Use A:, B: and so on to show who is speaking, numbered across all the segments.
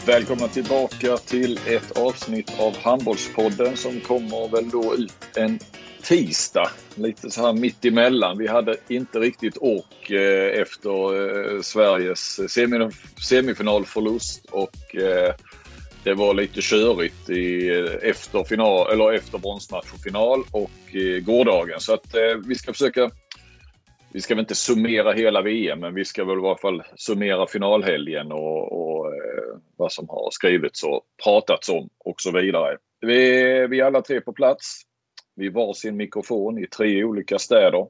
A: Välkomna tillbaka till ett avsnitt av Handbollspodden som kommer väl då ut en tisdag. Lite så här mitt emellan. Vi hade inte riktigt ork efter Sveriges semifinalförlust och det var lite körigt efter bronsmatch och final och gårdagen. Så att vi ska väl inte summera hela VM, men vi ska väl i alla fall summera finalhelgen och vad som har skrivits och pratats om och så vidare. Vi är alla tre på plats. Vi var sin mikrofon i 3 olika städer.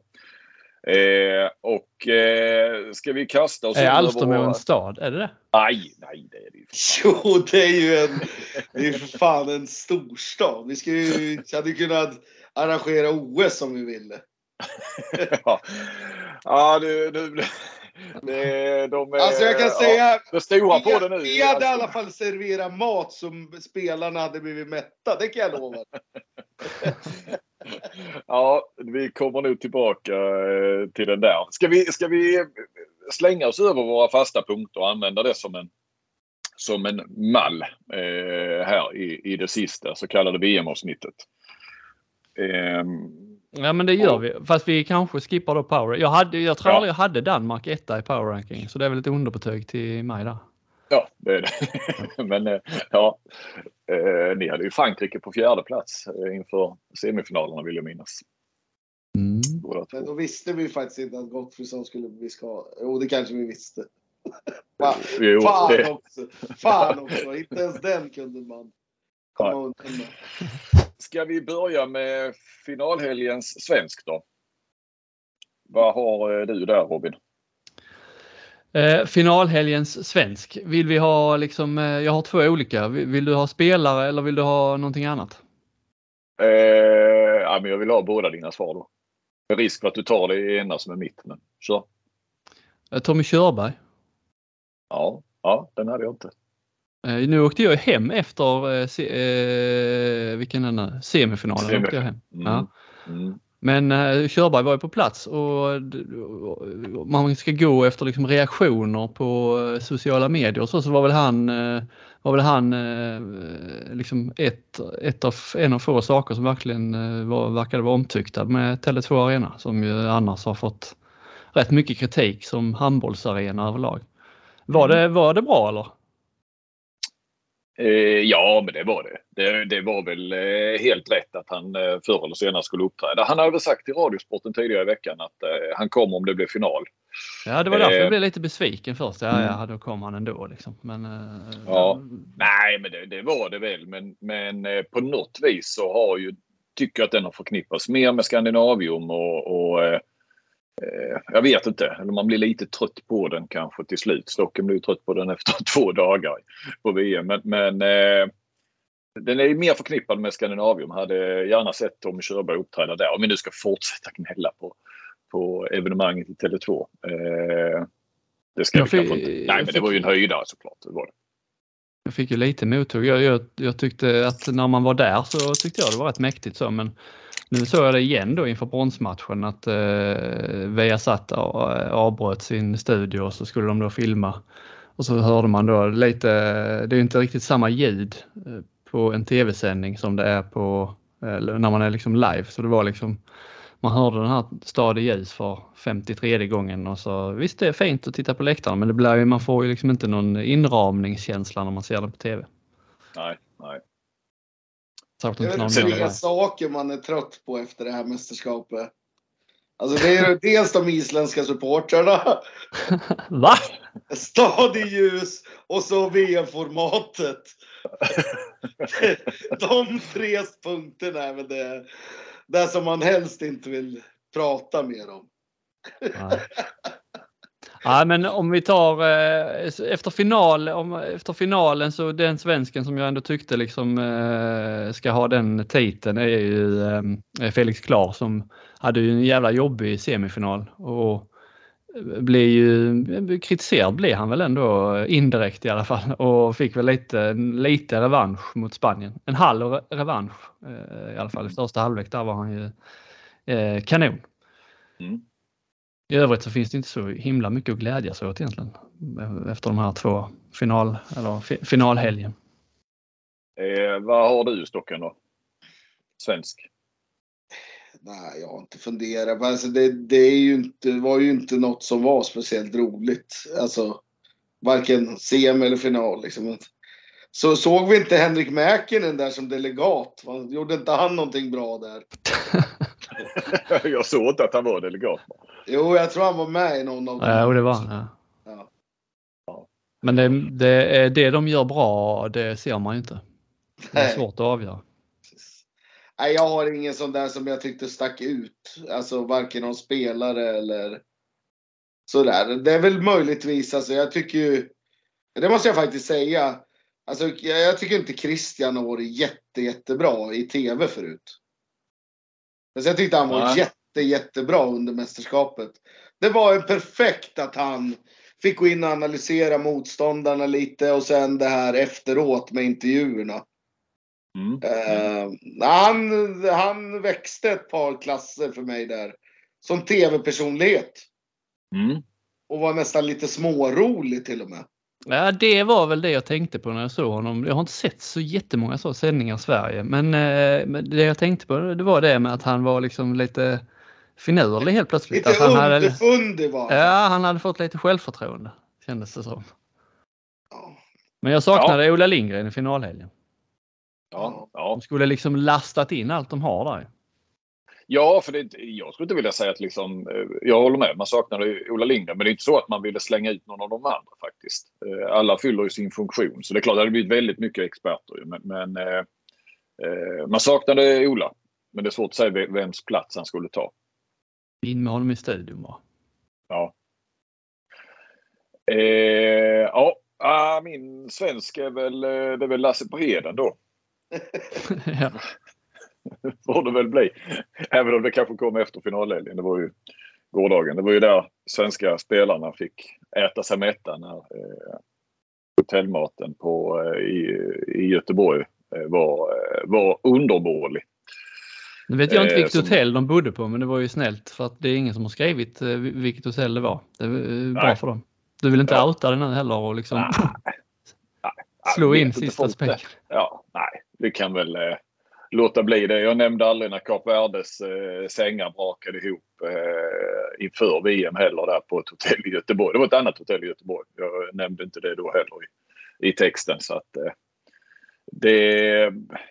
A: Ska vi kasta oss...
B: Är Alstermo en stad? Är det det?
A: Nej, det är det ju.
C: Jo, det är ju det är för fan en storstad. Vi hade kunnat arrangera OS om vi ville.
A: Alltså
C: jag kan säga
A: det stora på det nu.
C: Vi hade i alla fall serverat mat som spelarna hade blivit mätta, det kan jag lova.
A: Ja, vi kommer nu tillbaka till den där. Ska vi slänga oss över våra fasta punkter och använda det som en mall här i det sista så kallade VM-avsnittet?
B: Ja, men det gör vi. Fast vi kanske skippar då power. Jag tror aldrig jag hade Danmark etta i power ranking. Så det är väl ett underbetyg till mig där.
A: Ja, det är det. Men ni hade ju Frankrike på 4:e plats inför semifinalerna, vill jag minnas.
C: Men då visste vi faktiskt inte att Gottfridsson skulle bli skadad. Jo, det kanske vi visste. Fan också. Inte ens den kunde man komma undan med.
A: Ska vi börja med finalhelgens svensk då? Vad har du där, Robin?
B: Finalhelgens svensk. Vill vi ha liksom, jag har 2 olika. Vill du ha spelare eller vill du ha någonting annat?
A: Ja, men jag vill ha båda dina svar då. Med risk för att du tar det ena som är mitt. Men så.
B: Tommy Körberg.
A: Ja, den hade jag inte.
B: Nu åkte jag hem efter semifinalen. Åkte jag hem. Ja. Men Körberg var ju på plats och man ska gå efter liksom reaktioner på sociala medier så var väl han liksom en av få saker som verkligen verkade vara omtyckta med Tele2 Arena, som ju annars har fått rätt mycket kritik som handbollsarena överlag. Var det bra eller?
A: Ja, men det var det. Det var väl helt rätt att han förr eller senare skulle uppträda. Han hade väl sagt i Radiosporten tidigare i veckan att han kommer om det blir final.
B: Ja, det var därför jag blev lite besviken först. Ja, då kom han ändå liksom. Men,
A: nej, men det var det väl. Men på något vis så tycker jag att den har förknippats mer med Skandinavium och jag vet inte, eller man blir lite trött på den kanske till slut. Stocken blir trött på den efter 2 dagar på VM. Men den är mer förknippad med Skandinavium. Hade gärna sett Tommy Körberg uppträda där. Om vi nu ska fortsätta knälla på evenemanget i Tele2. Det ska vi kanske inte. Nej, men det var ju en höjdare såklart. Det var det.
B: Jag fick ju lite mottog. Jag tyckte att när man var där så tyckte jag det var rätt mäktigt så, men nu såg jag det igen då inför bronsmatchen att Viasat avbröt sin studio och så skulle de då filma. Och så hörde man då lite, det är inte riktigt samma ljud på en tv-sändning som det är på när man är liksom live. Så det var liksom, man hörde den här Stad i ljus för 53:e gången och så visst det är fint att titta på läktaren, men man får ju liksom inte någon inramningskänsla när man ser det på tv.
A: Nej.
C: Det är 3 saker man är trött på efter det här mästerskapet. Alltså det är dels de isländska supportrarna.
B: Va?
C: Stad i ljus och så VM-formatet. De 3 punkterna är väl det som man helst inte vill prata mer om.
B: Ja, men om vi tar efter finalen så den svensken som jag ändå tyckte liksom ska ha den titeln är ju Felix Klar, som hade ju en jävla jobbig semifinal och blev ju kritiserad, blev han väl ändå indirekt i alla fall, och fick väl lite revansch mot Spanien. En halv revansch i alla fall. I första halvlek där var han ju kanon. I övrigt så finns det inte så himla mycket att glädjas åt egentligen efter de här 2 finalhelgen.
A: Vad har du i stocken då? Svensk?
C: Nej, jag har inte funderat. Alltså det är ju inte, var ju inte något som var speciellt roligt. Alltså varken CM eller final liksom. Så såg vi inte Henrik Mäkinen där som delegat? Gjorde inte han någonting bra där?
A: Jag såg inte att han var delegat.
C: Jo, jag tror han var med i någon av dem.
B: Ja, och det var han. Ja. Men det de gör bra, det ser man ju inte. Det är svårt att avgöra.
C: Nej, jag har ingen sån där som jag tyckte stack ut. Alltså varken någon spelare eller sådär. Det är väl möjligtvis, alltså jag tycker ju, det måste jag faktiskt säga. Alltså jag tycker inte Christian har varit jättebra i tv förut. Så jag tyckte han var jättebra under mästerskapet. Det var perfekt att han fick gå in och analysera motståndarna lite och sen det här efteråt med intervjuerna. Han växte ett par klasser för mig där. Som tv-personlighet. Och var nästan lite smårolig till och med.
B: Ja, det var väl det jag tänkte på när jag såg honom. Jag har inte sett så jättemånga så sändningar i Sverige. Men det jag tänkte på, det var det med att han var liksom lite finurlig helt plötsligt.
C: Lite underfundig var
B: han. Ja, han hade fått lite självförtroende, kändes det som. Men jag saknade Ola Lindgren i finalhelgen.
A: Ja.
B: De skulle liksom lastat in allt de har där.
A: Ja, för jag skulle inte vilja säga att liksom, jag håller med, man saknar Ola Lindgren, men det är inte så att man ville slänga ut någon av de andra faktiskt. Alla fyller ju sin funktion, så det är klart att det hade blivit väldigt mycket experter. Men man saknade Ola, men det är svårt att säga vems plats han skulle ta.
B: In med honom i studion va?
A: Ja. Min svensk är väl Lasse på Heden då.
B: Ja.
A: Får det väl bli. Även om det kanske kom efter finalhelgen. Det var ju gårdagen. Det var ju där svenska spelarna fick äta sig mätta när hotellmaten i Göteborg var undermålig.
B: Nu vet jag inte vilket hotell de bodde på, men det var ju snällt för att det är ingen som har skrivit vilket hotell det var. Det är bra för dem. Du vill inte outa den heller och liksom slå in sista späck.
A: Nej, vi kan väl låta bli det. Jag nämnde aldrig när Kap Verdes sängar brakade ihop inför VM heller där på ett hotell i Göteborg. Det var ett annat hotell i Göteborg. Jag nämnde inte det då heller i texten. Så att det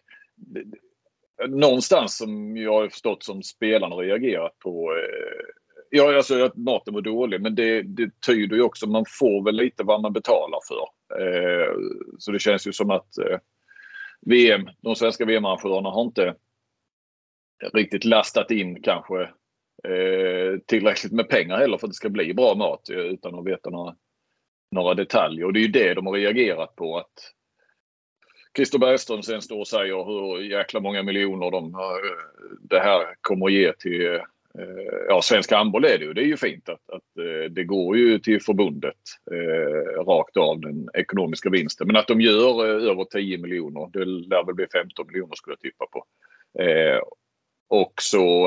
A: någonstans som jag har förstått som spelarna reagerat på. Alltså att maten var dålig, men det tyder ju också man får väl lite vad man betalar för. Så det känns ju som att de svenska VM-arrangörerna har inte riktigt lastat in kanske tillräckligt med pengar heller för att det ska bli bra mat utan att veta några detaljer. Och det är ju det de har reagerat på, att Christer Bergström sen står och säger hur jäkla många miljoner det här kommer att ge till svensk handboll är det ju. Det är ju fint att det går ju till förbundet rakt av den ekonomiska vinsten. Men att de gör över 10 miljoner, det lär väl bli 15 miljoner skulle jag tippa på. Och så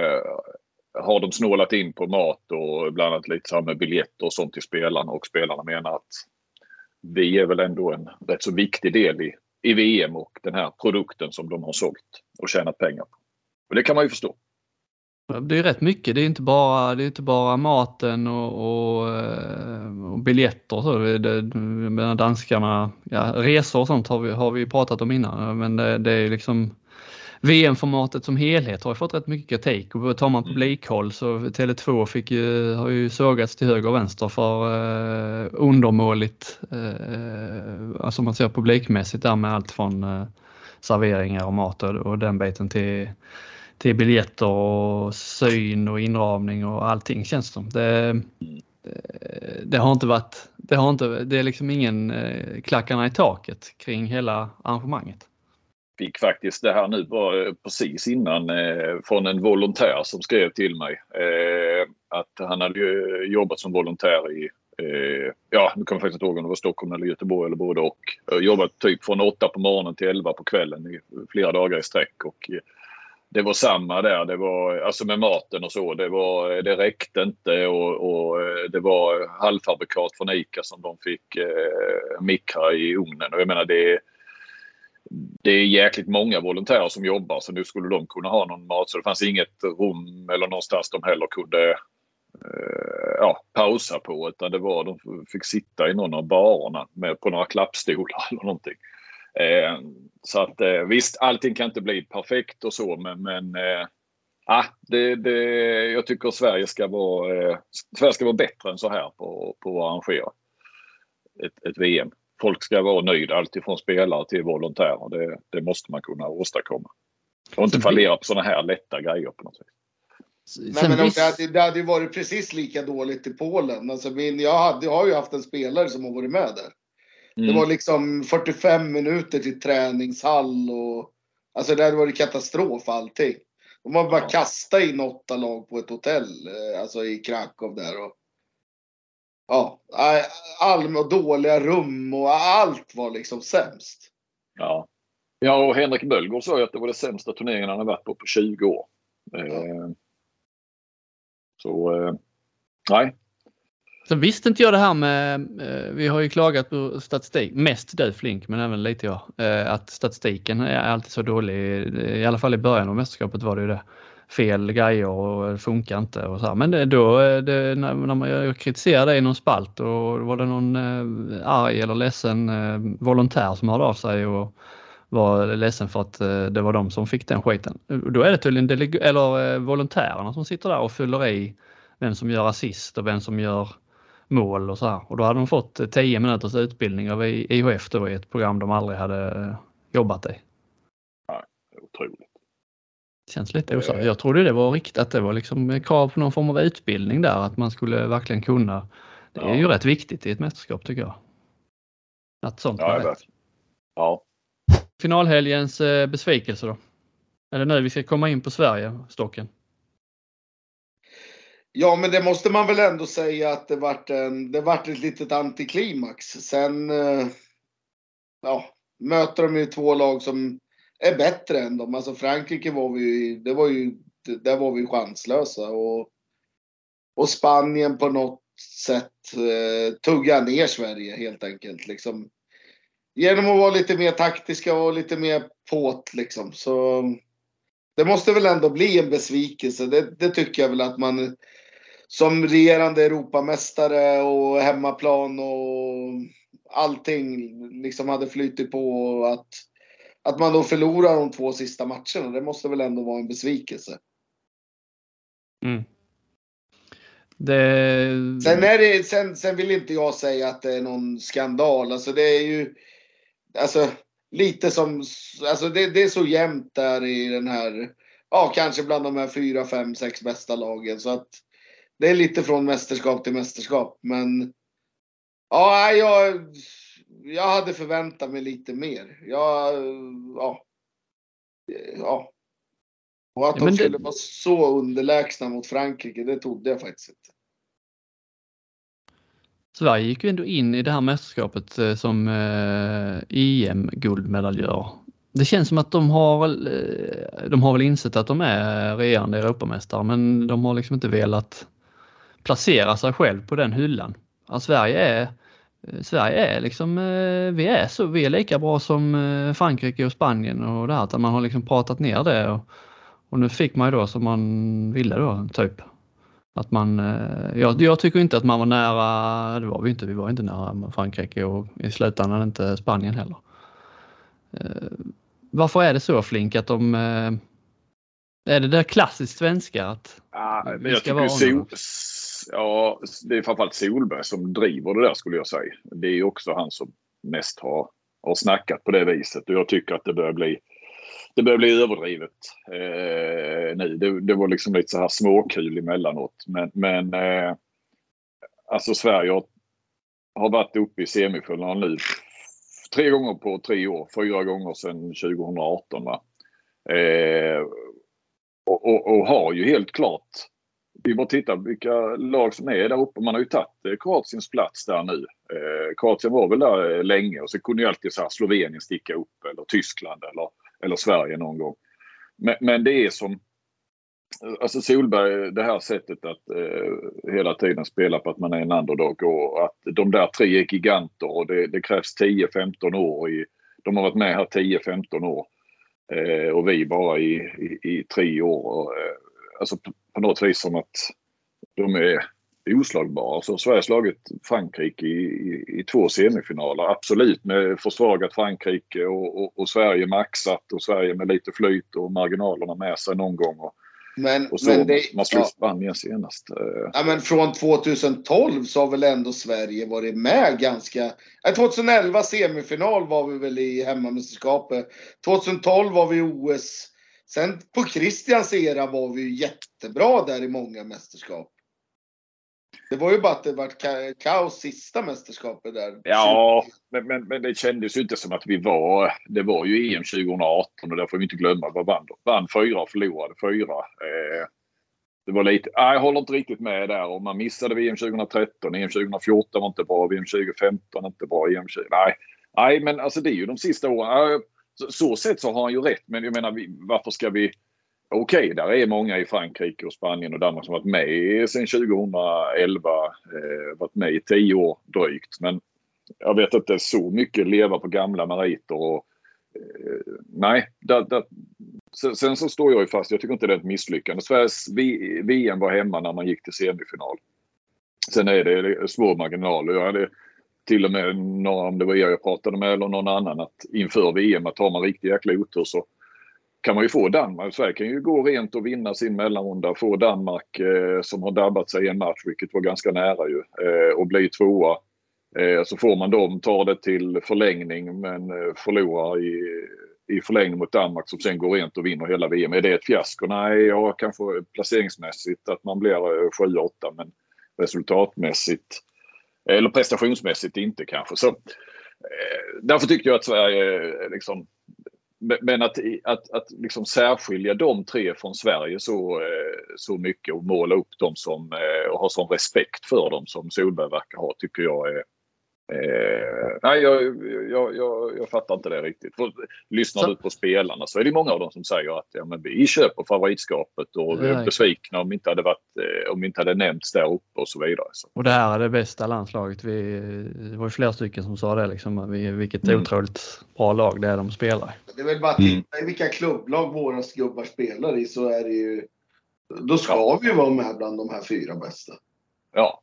A: har de snålat in på mat och bland annat lite så med biljetter och sånt till spelarna. Och spelarna menar att vi är väl ändå en rätt så viktig del i VM och den här produkten som de har sålt och tjänat pengar på. Och det kan man ju förstå.
B: Det är rätt mycket. Det är inte bara maten och biljetter. Så med danskarna, resor och sånt har vi pratat om innan. Men det är liksom VM-formatet som helhet har fått rätt mycket kritik. Och tar man publikhåll så Tele2 har ju sågats till höger och vänster för undermåligt. Alltså man ser publikmässigt där med allt från serveringar och mat och den biten till biljetter och syn och inramning och allting känns som. Det har inte varit, det är liksom ingen klackarna i taket kring hela arrangemanget.
A: Fick faktiskt det här nu precis innan från en volontär som skrev till mig att han hade jobbat som volontär i nu kan man faktiskt inte ihåg om det var Stockholm eller Göteborg eller både och. Jobbat typ från 8 på morgonen till 11 på kvällen i flera dagar i sträck och det var samma där. Det var alltså med maten och så. Det räckte inte och det var halvfabrikat från ICA som de fick mikra i ugnen. Och jag menar det är jäkligt många volontärer som jobbar, så nu skulle de kunna ha någon mat. Så det fanns inget rum eller någonstans de heller kunde pausa på, utan de fick sitta i någon av barerna på några klappstolar eller någonting. Så att visst, allting kan inte bli perfekt och så, men jag tycker Sverige ska vara bättre än så här på att arrangera ett VM. Folk ska vara nöjda, allt ifrån spelare till volontärer. Det måste man kunna åstadkomma. Och inte fallera på sådana här lätta grejer på något sätt.
C: Nej, men det hade ju varit precis lika dåligt i Polen. Alltså jag har ju haft en spelare som har varit med där. Det var liksom 45 minuter till träningshall och alltså det hade varit katastrof allting. De har bara kastat in 8 lag på ett hotell, alltså i Krakow där och och dåliga rum och allt var liksom sämst.
A: Ja, och Henrik Böllgård sa ju att det var det sämsta turneringen han har varit på 20 år. Nej.
B: Så visste inte jag det här med, vi har ju klagat på statistik, mest du Flink, men även lite jag, att statistiken är alltid så dålig, i alla fall i början av mästerskapet var det ju det. Fel grejer och det funkar inte och så här. Men när man kritiserade det i någon spalt och var det någon arg eller ledsen volontär som hörde av sig och var ledsen för att det var de som fick den skiten. Då är det tydligen volontärerna som sitter där och fyller i vem som gör assist och vem som gör mål och så här. Och då hade de fått 10 minuters utbildning av IHF då i ett program de aldrig hade jobbat i.
A: Ja, otroligt.
B: Det känns lite osäkert. Jag trodde det var riktigt, att det var liksom krav på någon form av utbildning där, att man skulle verkligen kunna. Det är ju rätt viktigt i ett mästerskap tycker jag. Att sånt var rätt.
A: Ja.
B: Finalhelgens besvikelse då? Är det nu vi ska komma in på Sverige, Stocken?
C: Ja, men det måste man väl ändå säga att det vart ett litet antiklimax. Sen möter de ju 2 lag som är bättre än dem. Alltså Frankrike där var vi chanslösa och Spanien på något sätt tuggar ner Sverige helt enkelt liksom. Genom att vara lite mer taktiska och lite mer påt liksom. Så det måste väl ändå bli en besvikelse. Det tycker jag väl att man som regerande Europamästare och hemmaplan och allting liksom hade flyttit på, och att man då förlorar de 2 sista matcherna. Det måste väl ändå vara en besvikelse. Sen vill inte jag säga att det är någon skandal. Alltså det är ju lite som, alltså det är så jämnt där i den här, kanske bland de här 4, 5, 6 bästa lagen, så att det är lite från mästerskap till mästerskap. Men jag hade förväntat mig lite mer. Och att de skulle vara så underlägsna mot Frankrike, det trodde jag faktiskt inte.
B: Sverige gick ju ändå in i det här mästerskapet som EM-guldmedaljör. Det känns som att de har väl insett att de är regerande Europamästare, men de har liksom inte velat placera sig själv på den hyllan. Alltså Sverige är liksom, vi är lika bra som Frankrike och Spanien och det här, att man har liksom pratat ner det och nu fick man ju då som man ville då typ. Att man, jag tycker inte att man var nära, det var vi inte, vi var inte nära Frankrike och i slutändan inte Spanien heller. Varför är det så, Flink, att de, är det där klassiskt svenska att
A: men jag tycker det är framförallt Solberg som driver det där, skulle jag säga. Det är ju också han som mest har snackat på det viset, och jag tycker att det börjar bli överdrivet nu. Det var liksom lite så här småkul emellanåt. Men alltså Sverige har varit uppe i semifinalen nu 3 gånger på 3 år. 4 gånger sedan 2018. Va? Och har ju helt klart, vi bara tittar vilka lag som är där uppe. Man har ju tagit Kroatiens plats där nu. Kroatien var väl där länge, och så kunde ju alltid så här Slovenien sticka upp, eller Tyskland eller Sverige någon gång. Men det är som alltså Solberg, det här sättet att hela tiden spela på att man är en underdog och att de där 3 är giganter och det krävs 10-15 år. De har varit med här 10-15 år och vi bara i 3 år. Och, alltså på något vis som att de är oslagbara. Så Sverige har slagit Frankrike i 2 semifinaler. Absolut med försvagat Frankrike och Sverige maxat och Sverige med lite flyt och marginalerna med sig någon gång. Och så man slog Spanien senast.
C: Ja, men från 2012 så har väl ändå Sverige varit med ganska... 2011 semifinal var vi väl i hemmamästerskapet. 2012 var vi i OS. Sen på Christians era var vi ju jättebra där i många mästerskap. Det var ju bara att det var kaos sista mästerskapet där.
A: Ja, men det kändes ju inte som att vi var... Det var ju EM 2018 och där får vi inte glömma vad vann 4 och förlorade 4. Det var lite... jag håller inte riktigt med där. Och man missade VM 2013, EM 2014 var inte bra, VM 2015 inte bra, EM 20... Nej, men alltså det är ju de sista åren. Så sett så har han ju rätt, men jag menar varför ska vi... Okej, där är många i Frankrike och Spanien och Danmark som varit med sedan 2011, varit med i 10 år drygt. Men jag vet inte så mycket leva på gamla meriter och nej. Sen så står jag ju fast, jag tycker inte det är ett misslyckande. Sveriges VM var hemma när man gick till semifinal. Sen är det små marginaler. Jag hade till och med om det var jag pratade med eller någon annan att inför VM att tar man riktigt jäkla otur så kan man ju få Danmark. Sverige kan ju gå rent och vinna sin mellanrunda. Få Danmark som har dabbat sig i en match, vilket var ganska nära ju, och bli 2:a. Så får man dem, tar det till förlängning men förlorar i förlängning mot Danmark som sen går rent och vinner hela VM. Är det ett fiasko? Nej, jag kanske placeringsmässigt att man blir 7-8 men resultatmässigt eller prestationsmässigt inte kanske. Så därför tyckte jag att Sverige liksom... Men att liksom särskilja de 3 från Sverige så mycket och måla upp dem som och ha sån respekt för dem som Solberg verkar ha tycker jag är nej, jag fattar inte det riktigt. För lyssnar du på spelarna så är det många av dem som säger att ja, men vi köper favoritskapet och vi är besvikna om vi inte hade nämnts där uppe och så vidare. Så.
B: Och det här är det bästa landslaget. Det var ju flera stycken som sa det liksom, vilket otroligt bra lag det är de spelar.
C: Det är väl bara att titta i vilka klubblag våra gubbar spelar i så är det ju då ska vi vara med bland de här 4 bästa.
A: Ja.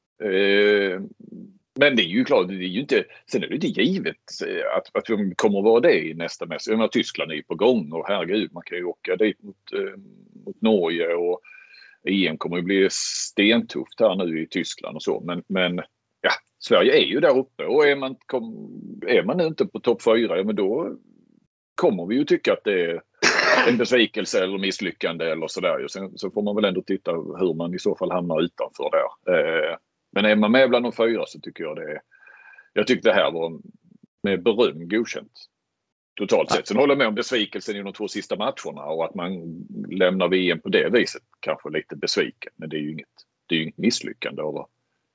A: Men det är ju klart, det är ju inte, sen är det inte givet att vi kommer att vara det i nästa mäss. Jag menar, Tyskland är ju på gång och herregud, man kan ju åka dit mot Norge och EM kommer ju bli stentufft här nu i Tyskland och så. Men ja, Sverige är ju där uppe och är man inte på topp 4, ja, men då kommer vi ju tycka att det är en besvikelse eller misslyckande eller sådär. Sen så får man väl ändå titta hur man i så fall hamnar utanför där. Men är man med bland de 4 så tycker jag jag tyckte det här var med beröm godkänt. Totalt sett. Sen håller jag med om besvikelsen i de 2 sista matcherna och att man lämnar VM på det viset kanske lite besviken. Men det är ju inget misslyckande av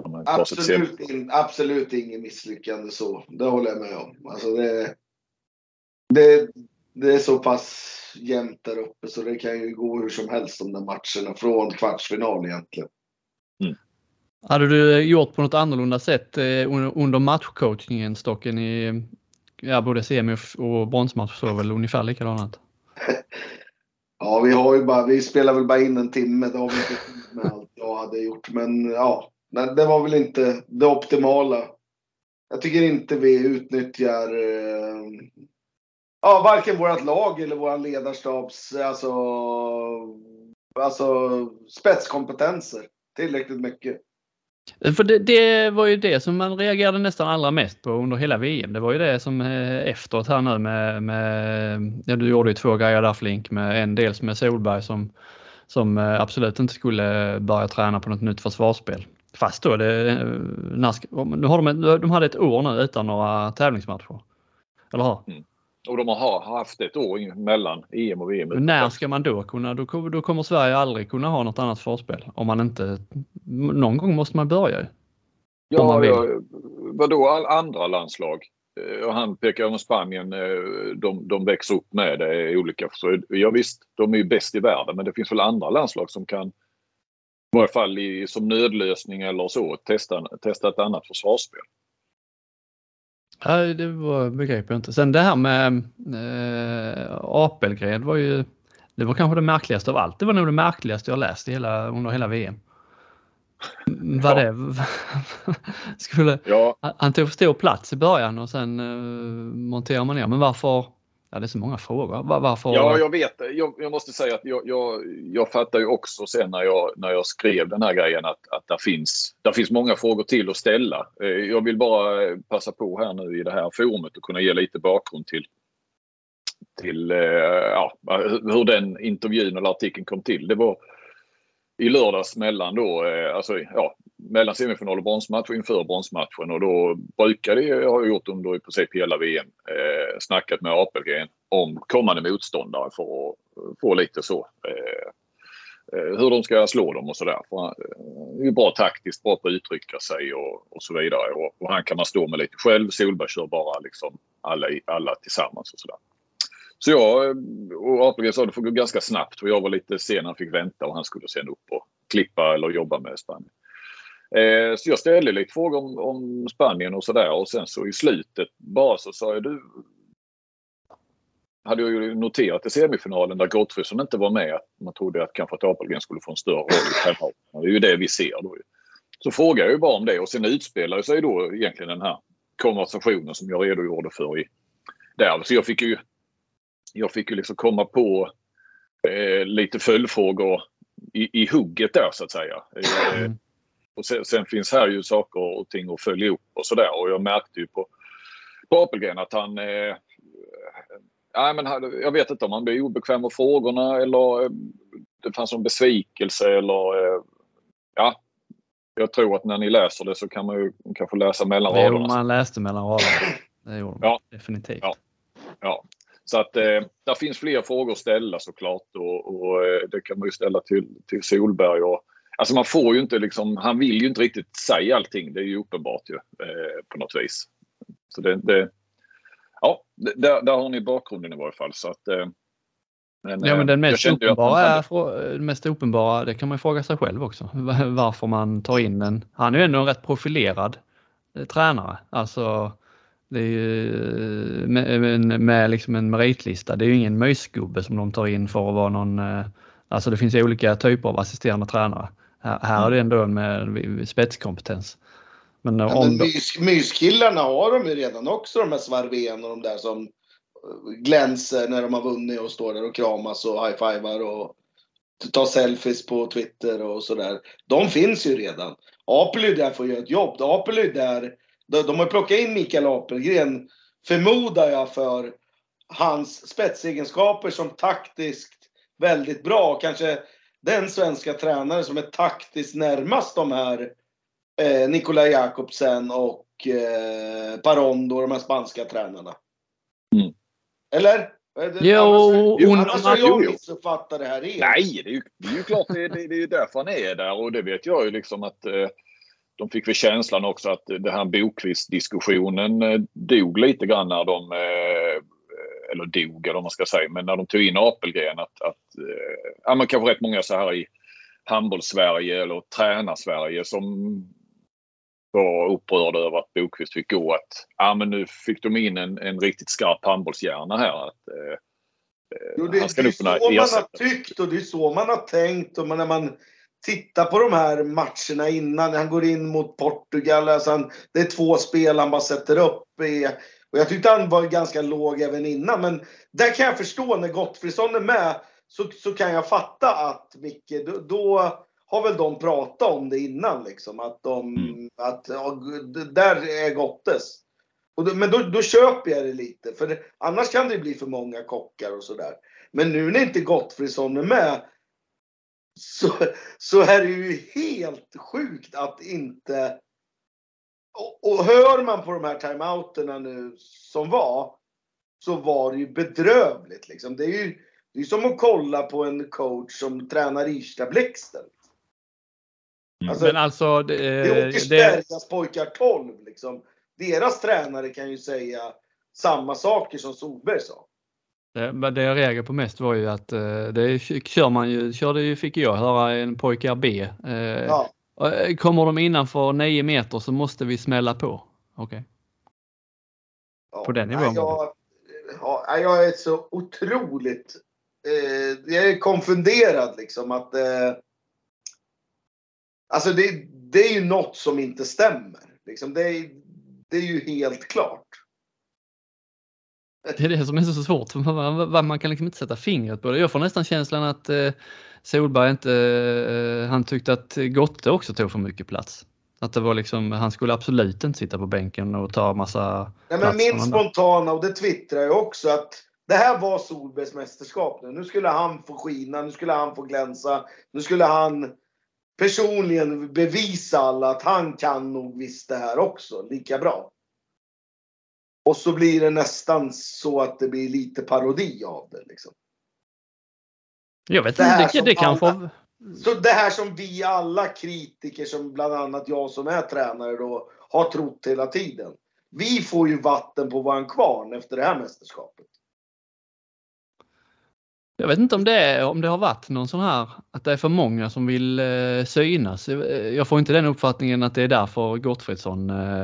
C: absolut inget misslyckande så. Det håller jag med om. Alltså det är så pass jämnt där uppe så det kan ju gå hur som helst de där matcherna från kvartsfinal egentligen.
B: Hade du gjort på något annorlunda sätt under matchcoachningen Stocken i både semi och bronsmatch så väl ungefär likadant?
C: Ja, vi spelar väl bara in en timme. Det har vi inte med allt jag hade gjort. Men ja, det var väl inte det optimala. Jag tycker inte vi utnyttjar varken vårt lag eller våra ledarstabs alltså spetskompetenser tillräckligt mycket.
B: För det var ju det som man reagerade nästan allra mest på under hela VM. Det var ju det som efteråt här nu med du gjorde ju 2 grejer där Flink med dels med Solberg som absolut inte skulle börja träna på något nytt försvarsspel. Fast då nu har de hade ett år nu utan några tävlingsmatcher. Eller hur?
A: Och de har haft ett år mellan EM och VM.
B: När ska man då kunna? Då kommer Sverige aldrig kunna ha något annat förspel. Om man inte... Någon gång måste man börja.
A: Ja, vadå andra landslag? och han pekar om Spanien, de växer upp med det i olika. Så ja, visst, de är ju bäst i världen, men det finns väl andra landslag som kan, i varje fall som nödlösning eller så, testa ett annat försvarsspel.
B: Ja, det var begrepp jag inte. Sen det här med Apelgren det var kanske det märkligaste av allt. Det var nog det märkligaste jag läst under hela VM. Vad det han tog stor plats i början och sen monterar man ner. Men varför? Ja, det är så många frågor. Varför?
A: Ja, jag vet. Jag måste säga att jag fattar ju också sen när jag skrev den här grejen att där finns många frågor till att ställa. Jag vill bara passa på här nu i det här forumet och kunna ge lite bakgrund till hur den intervjun eller artikeln kom till. Det var i lördags mellan semifinal och bronsmatch och inför bronsmatchen, och då brukade jag ha gjort under i princip hela VM snackat med Apelgren om kommande motståndare för att få lite så hur de ska slå dem och sådär. Det är bra taktiskt, bra på att uttrycka sig och så vidare, och han kan man stå med lite själv. Solberg kör bara liksom alla tillsammans och sådär. Så jag och Apelgren sa det får gå ganska snabbt, för jag var lite sen, han fick vänta och han skulle sen upp och klippa eller jobba med Spanien. Så jag ställde lite frågor om Spanien och sådär, och sen så i slutet bara så sa jag, hade jag ju noterat i semifinalen där Gottfridsson inte var med, att man trodde att kanske att Apelgren skulle få en större roll i tävlingen. Det är ju det vi ser då. Så frågade jag ju bara om det, och sen utspelade sig då egentligen den här konversationen som jag redogjorde för där. Så jag fick ju liksom komma på lite följdfrågor i hugget där så att säga. Och sen finns här ju saker och ting att följa upp och sådär. Och jag märkte ju på Apelgren att han... jag vet inte om han blev obekväm med frågorna eller det fanns en besvikelse eller... jag tror att när ni läser det så kan man ju kanske läsa mellan raderna.
B: Jo, man läste mellan raderna. Det gjorde man definitivt.
A: Ja. Så att där finns fler frågor att ställa såklart, och det kan man ju ställa till Solberg. Alltså man får ju inte liksom, han vill ju inte riktigt säga allting, det är ju uppenbart ju på något vis. Så där har ni bakgrunden i varje fall. Så att,
B: men den mest uppenbara, det kan man fråga sig själv också. Varför man tar in den. Han är ju ändå en rätt profilerad tränare. Alltså det är ju med liksom en meritlista. Det är ju ingen möjsgubbe som de tar in för att vara någon... Alltså det finns ju olika typer av assisterande tränare. Här är det ändå med spetskompetens. Men
C: myskillarna har de ju redan också, de här Svarven och de där som glänser när de har vunnit och står där och kramas och high-fivar och tar selfies på Twitter och sådär. De finns ju redan. Apel är där för att göra ett jobb. Apel är där... De har plockat in Mikael Apelgren, förmodar jag, för hans spetsegenskaper som taktiskt väldigt bra. Kanske den svenska tränare som är taktiskt närmast de här Nikolaj Jakobsen och Parondo, de här spanska tränarna. Eller? Annars har jag missuppfattat det här.
A: Nej, det är ju klart det är därför han är där, och det vet jag ju liksom att... De fick väl känslan också att det här Boqvist-diskussionen dog lite grann när de, eller dog eller man ska säga, men när de tog in Apelgren att man kanske rätt många så här i handbolls-Sverige eller tränar-Sverige som var upprörda över att Boqvist fick gå, att men nu fick de in en riktigt skarp handbollshjärna här.
C: Det är så man har tyckt och det är så man har tänkt, och när man titta på de här matcherna innan han går in mot Portugal, alltså det är 2 spel han bara sätter upp och jag tyckte han var ganska låg även innan, men där kan jag förstå när Gottfridsson är med så kan jag fatta att Micke, då har väl de pratat om det innan liksom, att där är Gottes. Men då köper jag det lite, för annars kan det bli för många kockar och sådär. Men nu när inte Gottfridsson är med så är det ju helt sjukt att inte... Och hör man på de här timeouterna nu som så var det ju bedrövligt liksom. Det är ju som att kolla på en coach som tränar Irsta Blixten. Alltså,
B: men alltså
C: det åker Sveriges pojkar 12 liksom. deras tränare kan ju säga samma saker som Solberg sa.
B: Det jag reagerade på mest var ju att det fick jag höra en pojkar B.
C: Ja.
B: Kommer de innanför 9 meter så måste vi smälla på. Okej.
C: Ja,
B: på den nivån.
C: Jag är så otroligt jag är konfunderad liksom att alltså det är ju något som inte stämmer liksom. Det är ju helt klart.
B: Det är det som är så svårt. Man kan liksom inte sätta fingret på det. Jag får nästan känslan att Solberg inte han tyckte att Gotte också tog för mycket plats. Att det var liksom, han skulle absolut inte sitta på bänken och ta massa
C: Nej, men min spontana, och det twittrar jag också, att det här var Solbergs mästerskap nu. Nu skulle han få skina, nu skulle han få glänsa. Nu skulle han personligen bevisa alla att han kan nog visst det här också lika bra. Och så blir det nästan så att det blir lite parodi av det liksom.
B: Jag vet inte, det kanske...
C: Så det här som vi alla kritiker, som bland annat jag som är tränare då, har trott hela tiden. Vi får ju vatten på våran kvarn efter det här mästerskapet.
B: Jag vet inte om det har varit någon sån här, att det är för många som vill synas. Jag får inte den uppfattningen att det är därför Gottfridsson,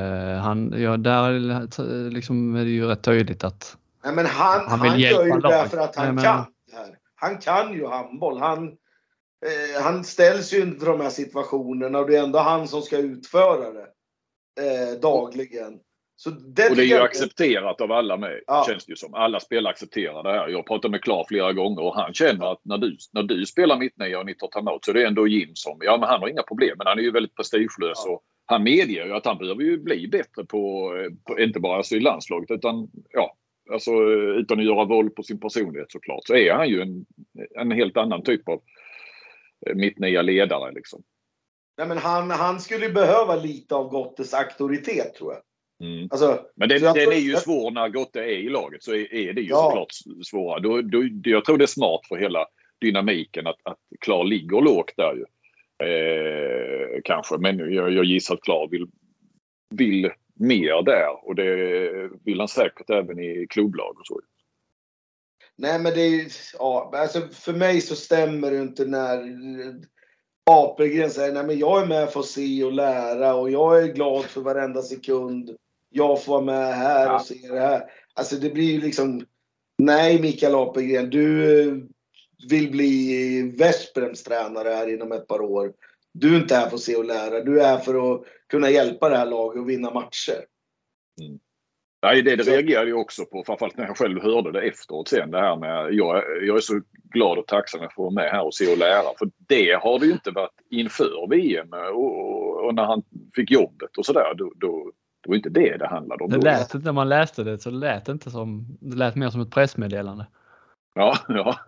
B: där liksom är det ju rätt tydligt att
C: nej, men han vill gör ju det för att han kan det här. Han kan ju handboll. Han ställs ju inför de här situationerna och det är ändå han som ska utföra det dagligen. Så det
A: och det är ju accepterat av alla med, känns det ju som. Alla spelare accepterar det här. Jag pratar med Klar flera gånger och han känner att när du spelar mittnia och ni tar timeout så är det ändå Jim som, ja men han har inga problem, men han är ju väldigt prestigelös och han medger ju att han behöver ju bli bättre på inte bara alltså i landslaget utan utan att göra våld på sin personlighet såklart. Så är han ju en helt annan typ av mittnia ledare liksom.
C: Nej, men han skulle behöva lite av Gottes auktoritet tror jag.
A: Mm. Alltså, men den är ju svår när Gotte är i laget, så är det ju såklart svåra. Jag tror det är smart för hela dynamiken att Klar ligger lågt där ju. Kanske, men jag gissar att Klar vill mer där och det vill han säkert även i klubblag och så.
C: Nej, men det är ju, alltså för mig så stämmer det inte när Apelgren säger nej men jag är med för att se och lära och jag är glad för varenda sekund jag får vara med här och se det här. Alltså det blir ju liksom, nej Mikael Apelgren, du vill bli Veszpréms tränare här inom ett par år. Du är inte här för att se och lära, du är här för att kunna hjälpa det här laget och vinna matcher.
A: Mm. Nej, det reagerade jag också på, framförallt när jag själv hörde det efteråt sen. Det här med, jag är så glad och tacksam att få vara med här och se och lära. För det har det ju inte varit inför VM och när han fick jobbet och sådär. Då var inte det handlade om.
B: Det lät inte, när man läste det så lät det inte som, det lät mer som ett pressmeddelande.
A: Ja.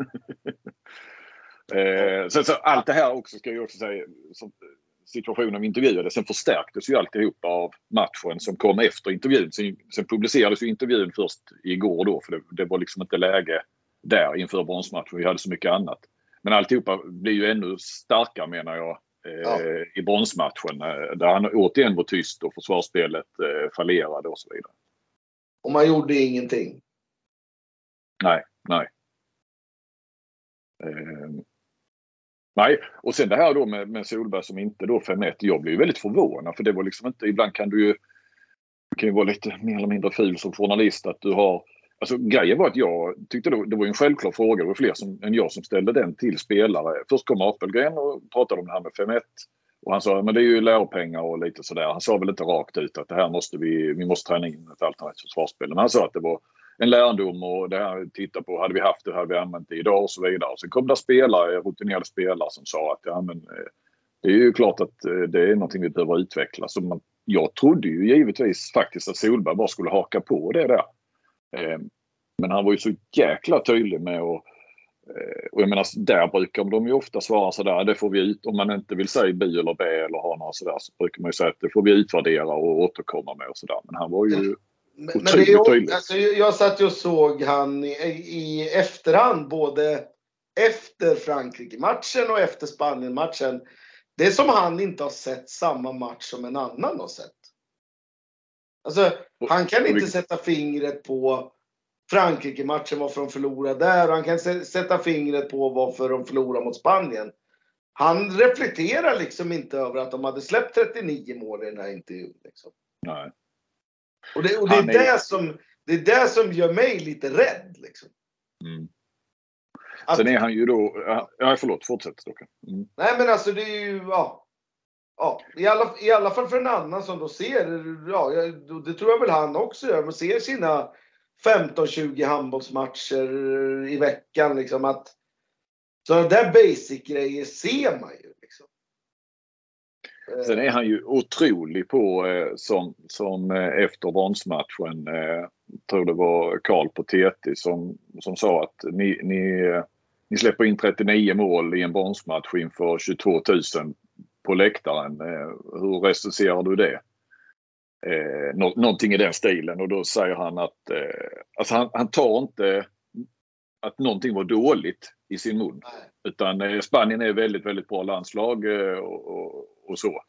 A: Så allt det här också ska jag också säga, situationen med intervjuade, sen förstärktes ju alltihop av matchen som kom efter intervjun. Sen publicerades ju intervjun först igår då, för det var liksom inte läge där inför bronsmatchen. Vi hade så mycket annat. Men alltihopa blir ju ännu starkare menar jag i bronsmatchen. Där han återigen var tyst och försvarsspelet fallerade och så vidare.
C: Och man gjorde ingenting.
A: Nej. Nej, och sen det här då med Solberg som inte då 5-1. Jag blev ju väldigt förvånad för det var liksom inte, ibland kan ju vara lite mer eller mindre ful som journalist att du har, alltså grejen var att jag tyckte det var en självklar fråga, det var fler än jag som ställde den till spelare. Först kom Apelgren och pratade om det här med 5-1 och han sa men det är ju läropengar och lite sådär. Han sa väl inte rakt ut att det här måste vi måste träna in ett alternativt försvarsspel, men han sa att det var en lärdom och det här titta på, hade vi haft det, hade vi använt det idag och så vidare. Och sen kom det rutinerade spelare som sa att det är ju klart att det är någonting vi behöver utveckla. Så jag trodde ju givetvis faktiskt att Solberg bara skulle haka på det där. Men han var ju så jäkla tydlig med och jag menar, där brukar de ju ofta svara sådär, det får vi ut, om man inte vill säga bi eller b eller ha några sådär, så brukar man ju säga att det får vi utvärdera och återkomma med och sådär. Men han var ju
C: men det är alltså, jag satt och såg han i efterhand, både efter Frankrike-matchen och efter Spanien-matchen. Det är som han inte har sett samma match som en annan har sett. Alltså, han kan inte sätta fingret på Frankrike-matchen, varför de förlorade där. Och han kan sätta fingret på varför de förlorade mot Spanien. Han reflekterar liksom inte över att de hade släppt 39 mål i den här intervjun. Liksom.
A: Nej.
C: Och det är det som gör mig lite rädd. Liksom.
A: Mm. Sen är han ju då... Ja, förlåt. Fortsätt, Stockan. Mm.
C: Nej, men alltså det är ju... Ja, i alla fall för en annan som då ser... Ja, det tror jag väl han också gör. Man ser sina 15-20 handbollsmatcher i veckan. Liksom, att sådana där basic-grejer ser man ju. Liksom.
A: Sen är han ju otrolig på som efter Bronsmatchen, tror det var Karl på TT som sa att ni släpper in 39 mål i en Bronsmatch inför 22 000 på läktaren. Hur recenserar du det? Någonting i den stilen, och då säger han att alltså han tar inte att någonting var dåligt i sin mun. Nej. Utan Spanien är väldigt, väldigt bra landslag och så.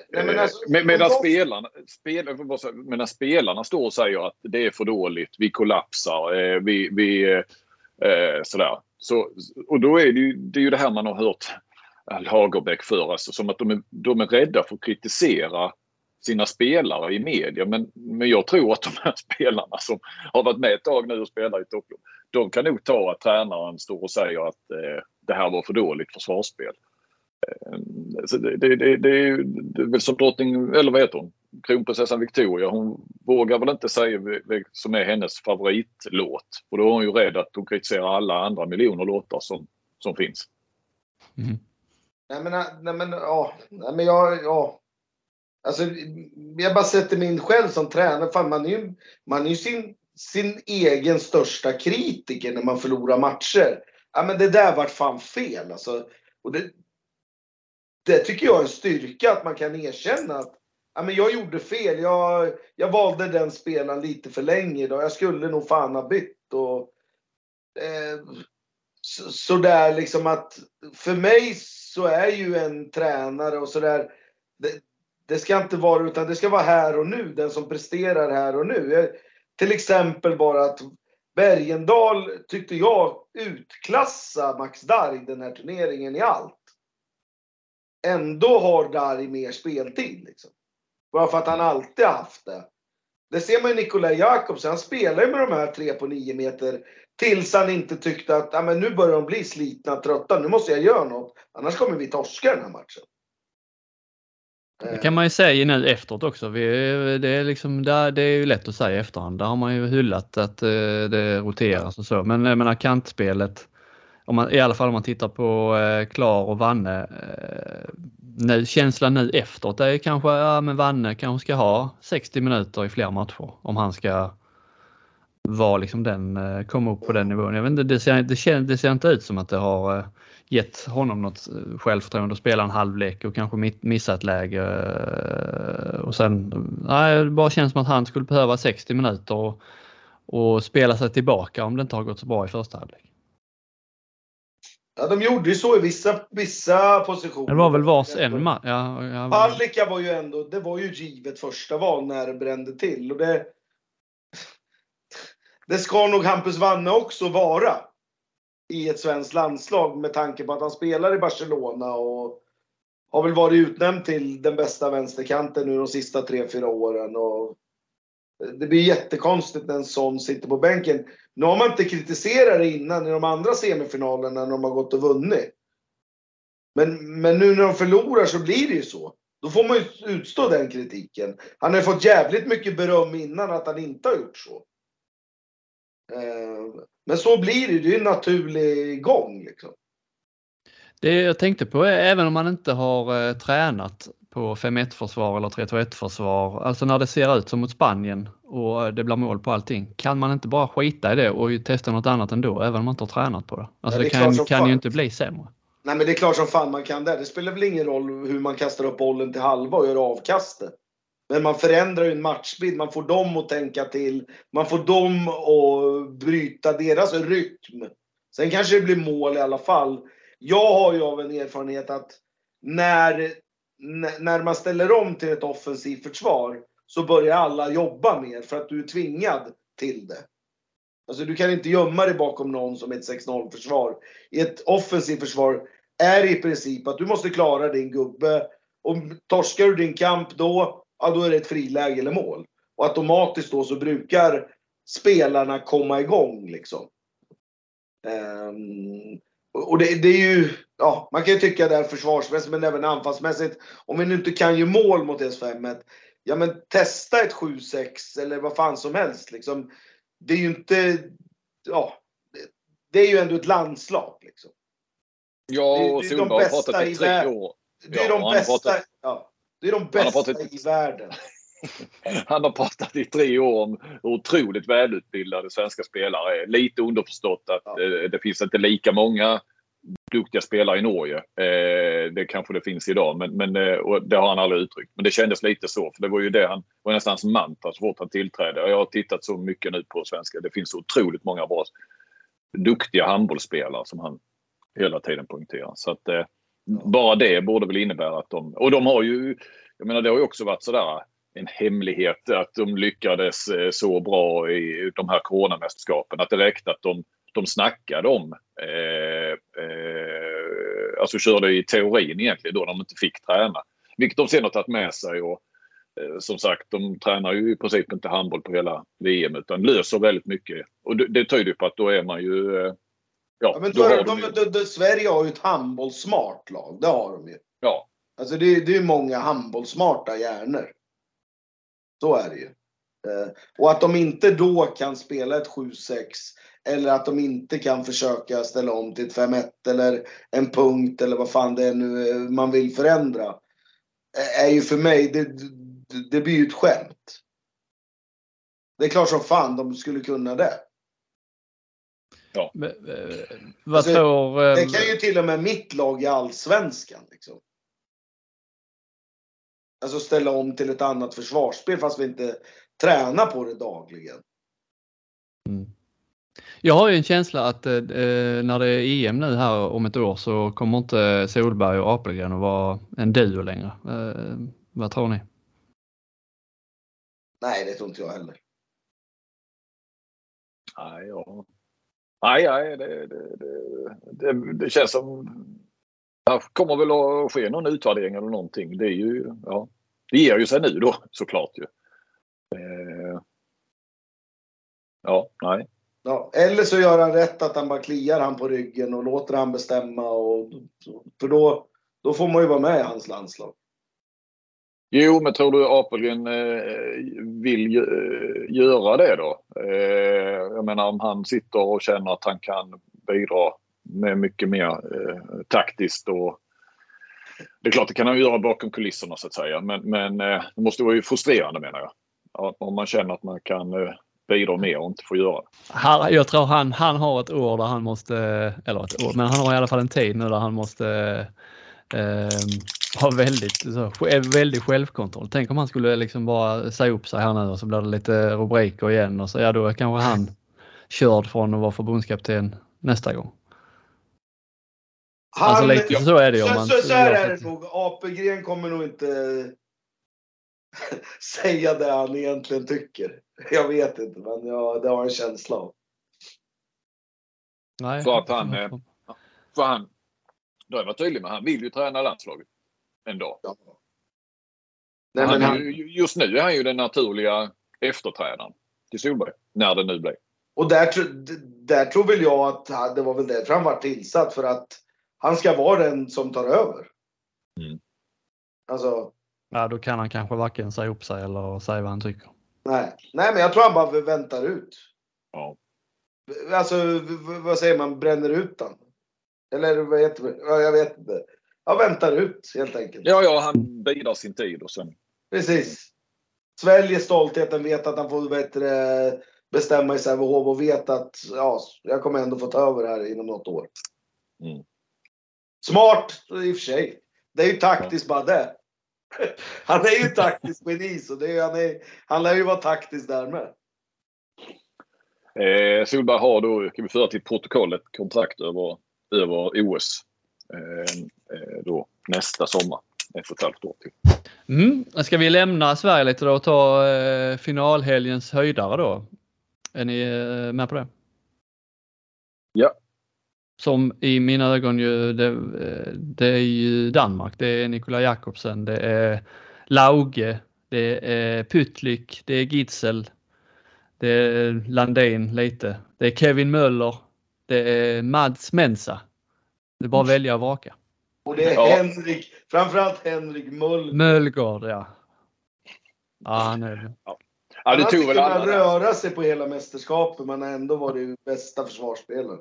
A: Medan spelarna står och säger att det är för dåligt, vi kollapsar, vi sådär. Så, och då är det är ju det här man har hört Lagerbäck för, alltså, som att de är rädda för att kritisera sina spelare i media. Men jag tror att de här spelarna som har varit med ett tag nu och spelar i topplag, de kan nog ta att tränaren står och säger att det här var för dåligt försvarsspel. Så det är väl som drottning, eller vad heter hon? Kronprinsessan Victoria. Hon vågar väl inte säga som är hennes favoritlåt. Och då är hon ju rädd att hon kritiserar alla andra miljoner låtar som finns.
B: Mm.
C: Alltså, jag bara sätter min själv som tränare. Fan, man är ju sin egen största kritiker när man förlorar matcher. Ja, men det där vart fan fel. Alltså. Och det tycker jag är en styrka, att man kan erkänna att ja, men jag gjorde fel. Jag valde den spelaren lite för länge då. Jag skulle nog fan ha bytt. Och, så där liksom att för mig så är ju en tränare och sådär. Det ska inte vara, utan det ska vara här och nu. Den som presterar här och nu. Till exempel bara att Bergendal tyckte jag utklassa Max Darg den här turneringen i allt. Ändå har Darg mer speltid. Liksom. Bara för att han alltid har haft det. Det ser man ju Nikolaj Jakobsen. Han spelar ju med de här 3 på 9 meter. Tills han inte tyckte att men nu börjar de bli slitna, trötta. Nu måste jag göra något. Annars kommer vi torska den här matchen.
B: Det kan man ju säga nu efteråt också. Det är ju lätt att säga efterhand. Där har man ju hyllat att det roteras och så. Men jag menar kantspelet, i alla fall om man tittar på Klar och Vanne, känslan nu efteråt är kanske men Vanne kanske ska ha 60 minuter i fler matcher om han ska vara liksom komma upp på den nivån. Jag vet inte, det ser inte ut som att det har gett honom något självförtroende att spela en halvlek och kanske missa ett läge. Och sen, det bara känns som att han skulle behöva 60 minuter och spela sig tillbaka om det inte har gått så bra i första halvlek.
C: Ja, de gjorde ju så i vissa positioner.
B: Det var väl vars en man.
C: Palicka var ju ändå, det var ju givet första val när det brände till. Och det ska nog Hampus Vanne också vara i ett svenskt landslag med tanke på att han spelar i Barcelona och har väl varit utnämnd till den bästa vänsterkanten nu de sista 3-4 åren. Och det blir jättekonstigt när en sån sitter på bänken. Nu har man inte kritiserat det innan i de andra semifinalerna när de har gått och vunnit. Men nu när de förlorar så blir det ju så. Då får man ju utstå den kritiken. Han har fått jävligt mycket beröm innan att han inte har gjort så. Men så blir det. Det är ju en naturlig gång liksom.
B: Det jag tänkte på är, även om man inte har tränat på 5-1-försvar eller 3-2-1-försvar, alltså när det ser ut som mot Spanien och det blir mål på allting, kan man inte bara skita i det och testa något annat ändå, även om man inte har tränat på det? Alltså det kan ju inte bli sämre.
C: Nej, men det är klart som fan man kan det. Det spelar väl ingen roll hur man kastar upp bollen till halva och gör avkastet. Men man förändrar ju en matchbild. Man får dem att tänka till. Man får dem att bryta deras rytm. Sen kanske det blir mål i alla fall. Jag har ju av en erfarenhet att när man ställer om till ett offensivt försvar, så börjar alla jobba mer för att du är tvingad till det. Alltså du kan inte gömma dig bakom någon som ett 6-0 försvar. I ett offensivt försvar är det i princip att du måste klara din gubbe. Och torskar du din kamp då är det ett friläge eller mål. Och automatiskt då så brukar spelarna komma igång liksom. Och det är ju, ja, man kan ju tycka det är försvarsmässigt men även anfallsmässigt. Om vi nu inte kan ju mål mot S5, ja men testa ett 7-6 eller vad fan som helst liksom. Det är ju inte, ja, det är ju ändå ett landslag liksom.
A: Ja, och Solberg har pratat i 3 år.
C: Det är de bästa, det är de bästa i världen.
A: Han har pratat i 3 år om otroligt välutbildade svenska spelare. Lite underförstått att det finns inte lika många duktiga spelare i Norge. Det kanske det finns idag, men och det har han aldrig uttryckt. Men det kändes lite så, för det var ju det han var nästan hans mantra så fort han tillträdde. Jag har tittat så mycket nu på svenska. Det finns otroligt många bra duktiga handbollsspelare som han hela tiden poängterar. Så att bara det borde väl innebära att de har ju, jag menar det har ju också varit sådär en hemlighet att de lyckades så bra i de här coronamästerskapen. Att det räckte att de snackade om alltså körde i teorin egentligen då de inte fick träna. Vilket de sen har tagit med sig och som sagt de tränar ju i princip inte handboll på hela VM utan löser väldigt mycket. Och det tyder på att då är man ju
C: men Sverige har ju ett handbollssmart lag, det har de ju.
A: Ja.
C: Alltså det är många handbollssmarta hjärnor. Så är det ju. Och att de inte då kan spela ett 7-6 eller att de inte kan försöka ställa om till ett 5-1 eller en punkt eller vad fan det är nu man vill förändra är ju för mig, det blir ju ett skämt. Det är klart som fan de skulle kunna det.
A: Ja.
B: Vad tror...
C: Det kan ju till och med mitt lag i Allsvenskan liksom. Alltså ställa om till ett annat försvarsspel fast vi inte tränar på det dagligen.
B: Mm. Jag har ju en känsla att när det är EM nu här om ett år så kommer inte Solberg och Apelgren att vara en duo längre. Vad tror ni?
C: Nej, det tror inte jag heller.
A: Nej, det känns som här kommer väl att ske någon utvärdering eller någonting. Det är ju, ja, det ger ju sig nu då såklart ju. Ja, nej.
C: Ja, eller så gör han rätt att han bara kliar han på ryggen och låter han bestämma och för då får man ju vara med i hans landslag.
A: Jo, men tror du Apelgren vill göra det då? Jag menar om han sitter och känner att han kan bidra med mycket mer taktiskt och det är klart det kan han göra bakom kulisserna så att säga. Men det måste vara ju frustrerande menar jag. Om man känner att man kan bidra mer och inte få göra det.
B: Jag tror han har ett år där han måste, eller ett år, men han har i alla fall en tid nu där han måste ha väldigt självkontroll. Tänk om han skulle liksom bara säga upp sig här nu och så blir det lite rubriker igen och så då kanske han körd från att vara förbundskapten nästa gång. Alltså lite så är det ju.
C: Så är det nog. Apelgren kommer nog inte säga det han egentligen tycker. Jag vet inte, men det har en känsla av.
B: Nej.
A: För att han då är man tydlig med han vill ju träna landslaget en dag. Ja. Nej, men just nu är han ju den naturliga efterträdaren till Solberg när det nu blir.
C: Och där tror väl jag att det var väl därför han var tillsatt för att han ska vara den som tar över.
A: Mm.
C: Alltså.
B: Ja, då kan han kanske varken säga upp sig eller säga vad han tycker.
C: Nej, men jag tror han bara väntar ut.
A: Ja.
C: Alltså, vad säger man? Bränner ut den? Eller vad heter det? Ja, jag vet inte. Jag väntar ut helt enkelt.
A: Ja, han bidrar sin tid och sen.
C: Precis. Sväljer stoltheten, vet att han får bättre bestämma i Sävehof och vet att jag kommer ändå få ta över här inom något år.
A: Mm.
C: Smart i och för sig. Det är ju taktiskt bara det. Han är ju taktisk geni så han lär ju vara taktisk där med.
A: Solberg har då, kan vi föra till protokollet, kontrakt över OS då nästa sommar. 1,5 år till.
B: Ska vi lämna Sverige lite då och ta finalhelgens höjdare då? Är ni med på det?
A: Ja.
B: Som i mina ögon ju, det är ju Danmark. Det är Nikolaj Jakobsen, det är Lauge, det är Pytlik, det är Gitzel, det är Landin lite, det är Kevin Möller, det är Mads Mensa. Det är bara att välja och vraka.
C: Och det är Henrik, framförallt Henrik
B: Möllgård, ja. Ja, han är det.
C: Han har inte kunnat röra sig på hela mästerskapet, men ändå var det bästa försvarsspelaren.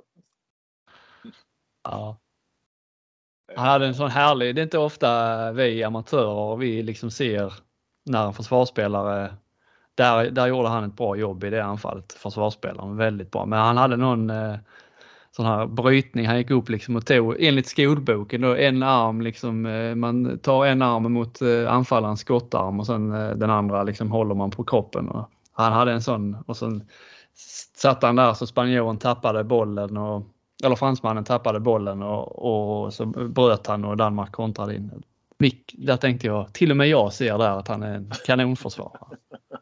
B: Ja. Han hade en sån härlig, det är inte ofta vi amatörer vi liksom ser när en försvarsspelare, där gjorde han ett bra jobb i det anfallet, försvarsspelaren, väldigt bra. Men han hade någon sån här brytning, han gick upp liksom och tog, enligt skolboken då, en arm liksom, man tar en arm mot anfallarens skottarm och sen den andra liksom håller man på kroppen. Och han hade en sån, och sen satt han där så spanjoren tappade bollen eller fransmannen tappade bollen och så bröt han och Danmark kontrade in. Där tänkte jag, till och med jag ser där att han är en kanonförsvarare.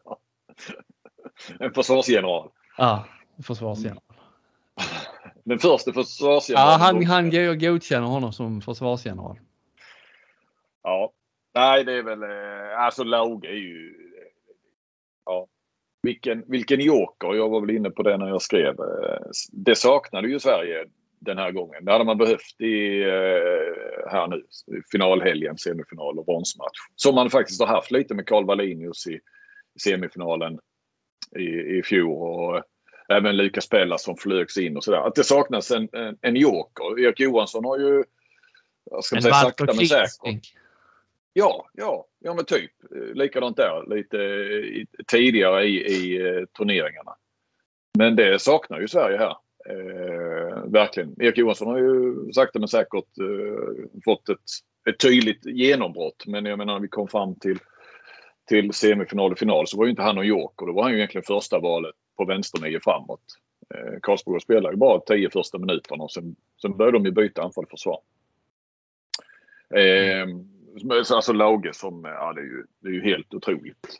A: En försvarsgeneral.
B: Ja, försvarsgeneral.
A: Den första försvarsgeneral.
B: Ja, han godkänner honom som försvarsgeneral.
A: Ja, nej det är väl, alltså Lauge är ju, ja. Vilken joker, jag var väl inne på det när jag skrev. Det saknade ju Sverige den här gången. Det hade man behövt här nu. Finalhelgen, semifinal och bronsmatch. Som man faktiskt har haft lite med Carl Wallinius i semifinalen i fjol. Och även Lukas Pella som flögs in och sådär. Att det saknas en joker. Erik Johansson har ju, ska man säga, sakta men säkert. Ja men typ. Likadant där. Lite tidigare i turneringarna. Men det saknar ju Sverige här. Verkligen. Erik Johansson har ju sakta men säkert fått ett tydligt genombrott. Men jag menar, när vi kom fram till semifinal och final så var ju inte han någon joker. Då var han ju egentligen första valet på vänsternio framåt. Karlsborg spelar ju bara 10 första minuterna och sen började de ju byta anfall försvar. Alltså Lauge som, ja, det är ju helt otroligt.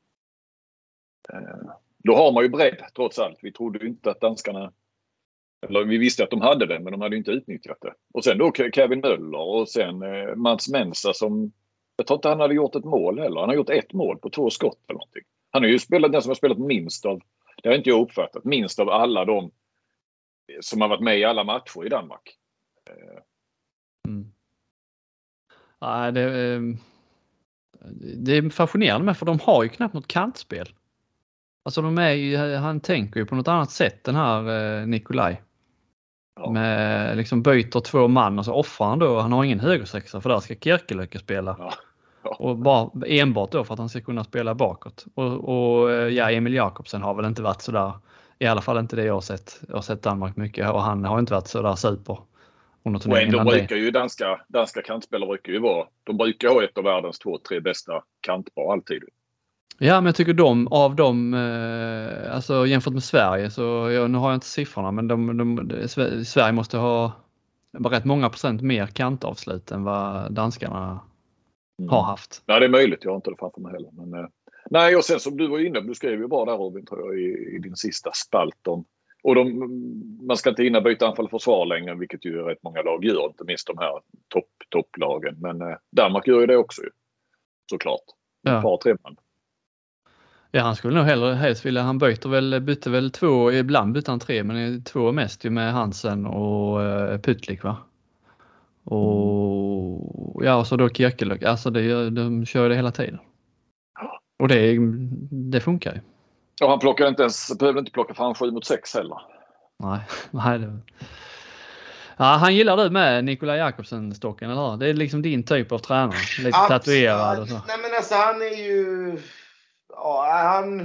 A: Då har man ju bredd trots allt. Vi trodde ju inte att danskarna, eller vi visste att de hade det, men de hade inte utnyttjat det. Och sen då Kevin Möller och sen Mads Mensa som, jag tror inte han hade gjort ett mål heller. Han har gjort 1 mål på 2 skott eller någonting. Han är ju den som har spelat minst av, det har inte jag uppfattat, minst av alla de som har varit med i alla matcher i Danmark.
B: Nej, det är fascinerande med, för de har ju knappt något kantspel. Alltså han tänker ju på något annat sätt, den här Nikolaj. Ja. Med liksom byter 2 man och så offrar han då. Han har ingen högersexa för där ska Kierkegaard spela. Ja. Och enbart då för att han ska kunna spela bakåt. Och Emil Jakobsen har väl inte varit så där, i alla fall inte det jag har sett. Jag har sett Danmark mycket och han har inte varit så där super.
A: Och ändå brukar ju danska kantspelare brukar ju vara, de brukar ha ett av världens 2-3 bästa kantpar alltid.
B: Ja, men jag tycker av dem, alltså jämfört med Sverige så, nu har jag inte siffrorna, men Sverige måste ha rätt många procent mer kantavslut än vad danskarna har haft.
A: Ja, det är möjligt, jag har inte det framför mig heller. Men, nej, och sen som du var inne, du skrev ju bra där Robin, tror jag, i din sista spalt om. Och man ska inte hinna byta anfall och försvar längre, vilket ju rätt många lag gör, inte minst de här topplagen. Men Danmark gör ju det också, såklart. Ett par 3 man.
B: Ja, han skulle nog helst vilja, han bytte väl 2, ibland bytte han 3, men 2 mest ju med Hansen och Pytlik, va? Och ja, och så då Kierkegaard, alltså de kör det hela tiden. Och det funkar ju.
A: Och han behövde inte plocka fram 7 mot 6 heller.
B: Nej. Ja, han gillar du med Nikolaj Jakobsen-stocken, eller? Det är liksom din typ av tränare. Lite tatuerad och så.
C: Nej, men alltså han är ju... Ja, han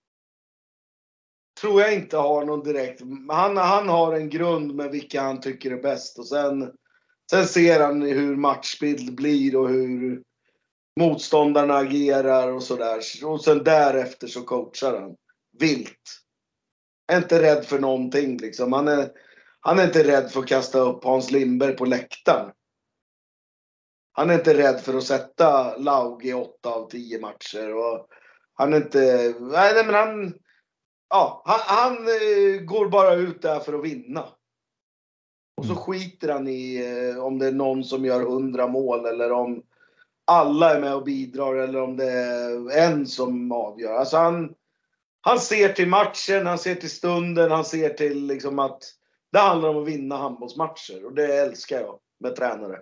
C: tror jag inte har någon direkt... Han har en grund med vilka han tycker är bäst. Och sen ser han hur matchbild blir och hur motståndarna agerar och sådär. Och sen därefter så coachar han vilt. Är inte rädd för någonting liksom. Han är inte rädd för att kasta upp Hans Lindberg på läktaren. Han är inte rädd för att sätta Laug i 8 av 10 matcher. Och han är inte... Nej, men han går bara ut där för att vinna. Och så skiter han i om det är någon som gör 100 mål eller om alla är med och bidrar eller om det är en som avgör. Alltså han ser till matchen, han ser till stunden, han ser till liksom att det handlar om att vinna handbollsmatcher. Och det älskar jag med tränare.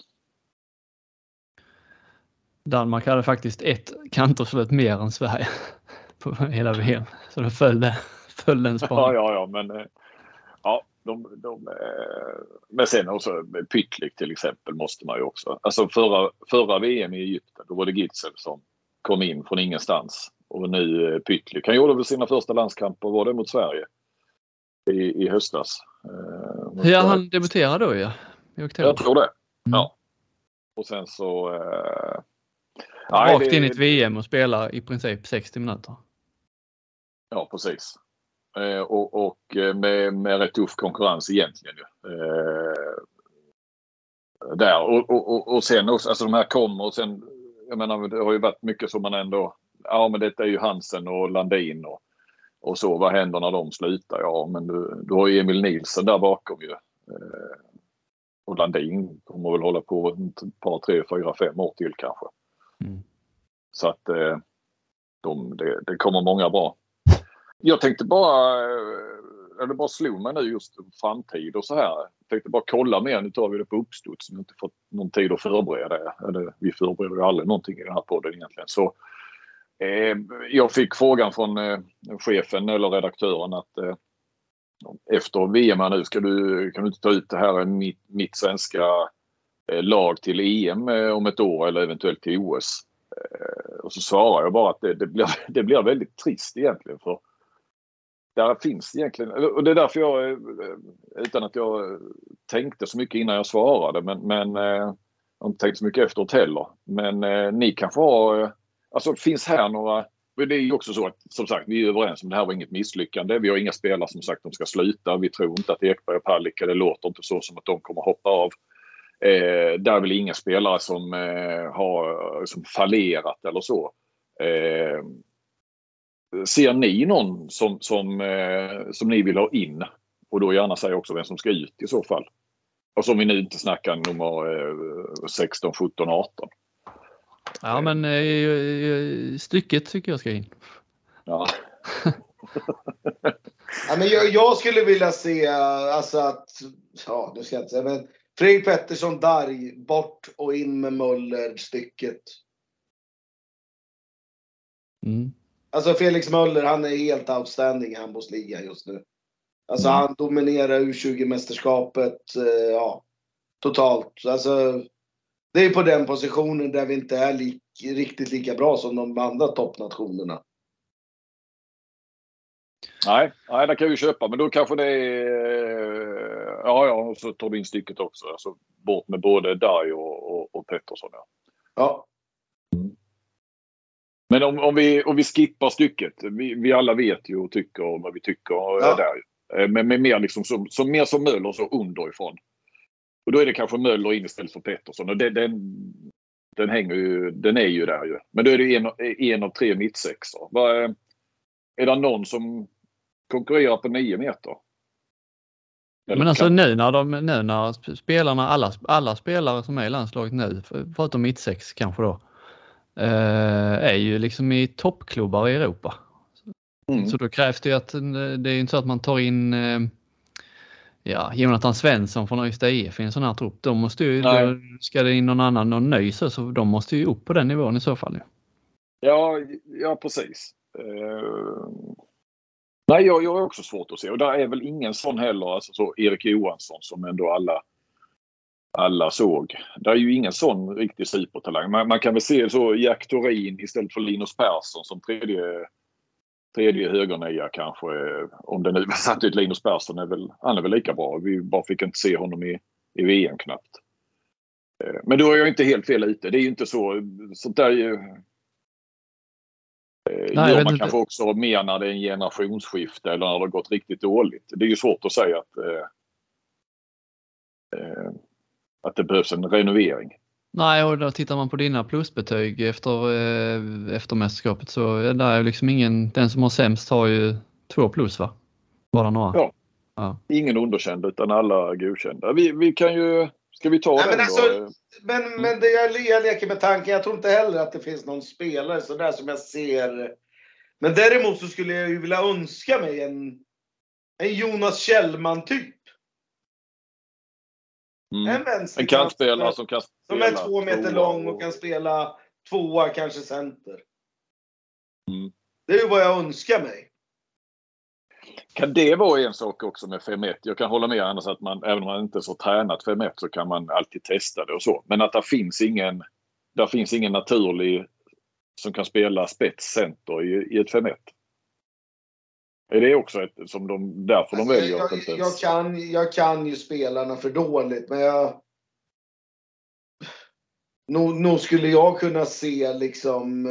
B: Danmark hade faktiskt ett kantorslut mer än Sverige på hela VM. Så det föll den spaningen.
A: Ja, men ja, men sen också Pytlik till exempel måste man ju också. Alltså förra VM i Egypten, då var det Gitzel som kom in från ingenstans. Och nu Pytlik. Han gjorde väl sina första landskamper, var det mot Sverige i höstas.
B: Ja, han debuterade då ju.
A: Jag tror det. Ja. Och sen så...
B: rakt in i ett VM och spelar i princip 60 minuter.
A: Ja, precis. Och med rätt tuff konkurrens egentligen ju. Där. Och sen också, alltså de här kommer och sen, jag menar, det har ju varit mycket som man ändå, ja men detta är ju Hansen och Landin och så, vad händer när de slutar? Ja, men du har ju Emil Nielsen där bakom ju. Och Landin kommer väl hålla på ett par, 3, 4, 5 år till kanske. Så att det kommer många bra. Jag tänkte bara slog mig nu just framtid och så här. Jag tänkte bara kolla mer, nu tar vi det på uppstuds. Vi har inte fått någon tid att förbereda det. Eller vi förbereder ju aldrig någonting i den här podden egentligen. Så jag fick frågan från chefen eller redaktören att efter VM nu kan du inte ta ut det här mitt svenska lag till EM om ett år eller eventuellt till OS. Och så svarar jag bara att det blir väldigt trist egentligen, för där finns egentligen, och det är därför jag, utan att jag tänkte så mycket innan jag svarade, men jag har inte tänkt så mycket efteråt heller. Men ni kanske har, alltså finns här några, det är ju också så att som sagt vi är överens om det här var inget misslyckande. Vi har inga spelare som sagt de ska sluta. Vi tror inte att Ekberg och Palicka, det låter inte så som att de kommer hoppa av. Där är väl inga spelare som har som fallerat eller så. Ser ni någon som ni vill ha in? Och då gärna säga också vem som ska ut i så fall. Och som vi nu inte snackar nummer 16, 17, 18.
B: Ja, men stycket tycker jag ska in.
A: Ja.
C: Ja, men jag skulle vilja se alltså att, ja, nu ska jag inte säga, men Fredrik Pettersson, Darj, bort och in med Möller, stycket. Alltså Felix Möller, han är helt outstanding i handbollsligan just nu. Alltså han dominerar U20-mästerskapet, ja, totalt. Alltså det är på den positionen där vi inte är riktigt lika bra som de andra toppnationerna.
A: Nej, det kan vi köpa, men då kanske det är, ja, och så tar du in stycket också. Alltså bort med både Darj och Pettersson. Ja. Men om vi skippar stycket, vi alla vet ju och tycker vad vi tycker där. Men mer liksom som mer som Möller så underifrån. Och då är det kanske Möller in istället för Pettersson. Och den hänger ju, den är ju där ju. Men då är det en av 3 mittsexor. Är det någon som konkurrerar på 9 meter? Eller
B: men alltså nu när spelarna, alla spelare som är i landslaget nu, förutom mittsex kanske då, är ju liksom i toppklubbar i Europa. Så då krävs det ju att det är inte så att man tar in Jonathan Svensson från Öysta IF i en sån här trupp. De måste ju, då ska det in någon ny så de måste ju upp på den nivån i så fall.
A: Ja, precis. Nej, jag har också svårt att se. Och där är väl ingen sån heller, alltså så Erik Johansson som ändå alla såg. Det är ju ingen sån riktig supertalang. Man kan väl se så Jack Thorin istället för Linus Persson som tredje högernia kanske. Om det nu var satt ut Linus Persson han är väl lika bra. Vi bara fick inte se honom i VM knappt. Men då är jag inte helt fel ute. Det är ju inte sånt där ju. Nej, man kanske också mer när det är en generationsskifte eller när det har gått riktigt dåligt. Det är ju svårt att säga att det behövs en renovering.
B: Nej, och då tittar man på dina plusbetyg efter mästerskapet så är det liksom ingen, den som har sämst har ju 2 plus va? Bara några.
A: Ja. Ingen underkänd utan alla godkända. Vi kan ju, ska vi ta den
C: men alltså,
A: då?
C: Men det jag leker med tanken, jag tror inte heller att det finns någon spelare så där som jag ser. Men däremot så skulle jag ju vilja önska mig en Jonas Kjellman typ.
A: En kantspelare som kan spela.
C: Som är 2 meter lång och kan spela 2, kanske center. Det är ju vad jag önskar mig.
A: Kan det vara en sak också med 5-1? Jag kan hålla med annars att man, även om man inte är så tränat 5-1 så kan man alltid testa det och så. Men att där finns ingen naturlig som kan spela spetscenter i ett 5-1. Är det också ett som därför de väljer att inte...
C: Jag kan ju spelarna för dåligt, men nog skulle jag kunna se liksom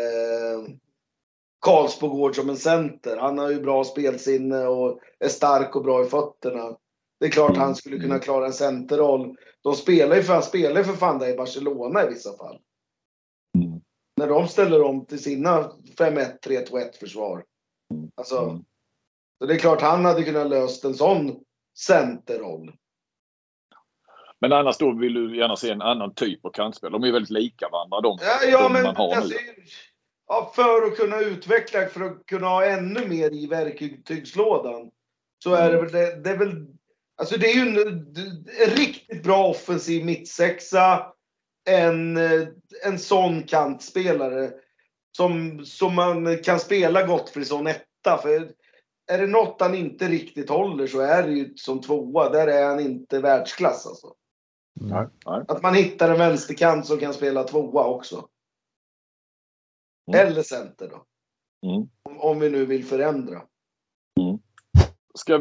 C: Karlsbogård som en center. Han har ju bra spelsinne och är stark och bra i fötterna. Det är klart han skulle kunna klara en centerroll. De spelar ju för fan där i Barcelona i vissa fall. När de ställer om till sina 5-1, 3-2-1 försvar. Alltså, så det är klart han hade kunnat löst en sån centerroll.
A: Men annars då vill du gärna se en annan typ av kantspel. De är väldigt lika varandra de
C: men
A: man har
C: alltså,
A: nu.
C: Ja, för att kunna utveckla, för att kunna ha ännu mer i verktygslådan. Så är det är väl... Alltså det är ju en riktigt bra offensiv mittsexa. En sån kantspelare. Som man kan spela Gottfridsson etta. För är det något han inte riktigt håller så är det ju som 2. Där är han inte världsklass alltså.
A: Nej.
C: Att man hittar en vänsterkant som kan spela 2 också. Eller center då. Om vi nu vill förändra.
A: Ska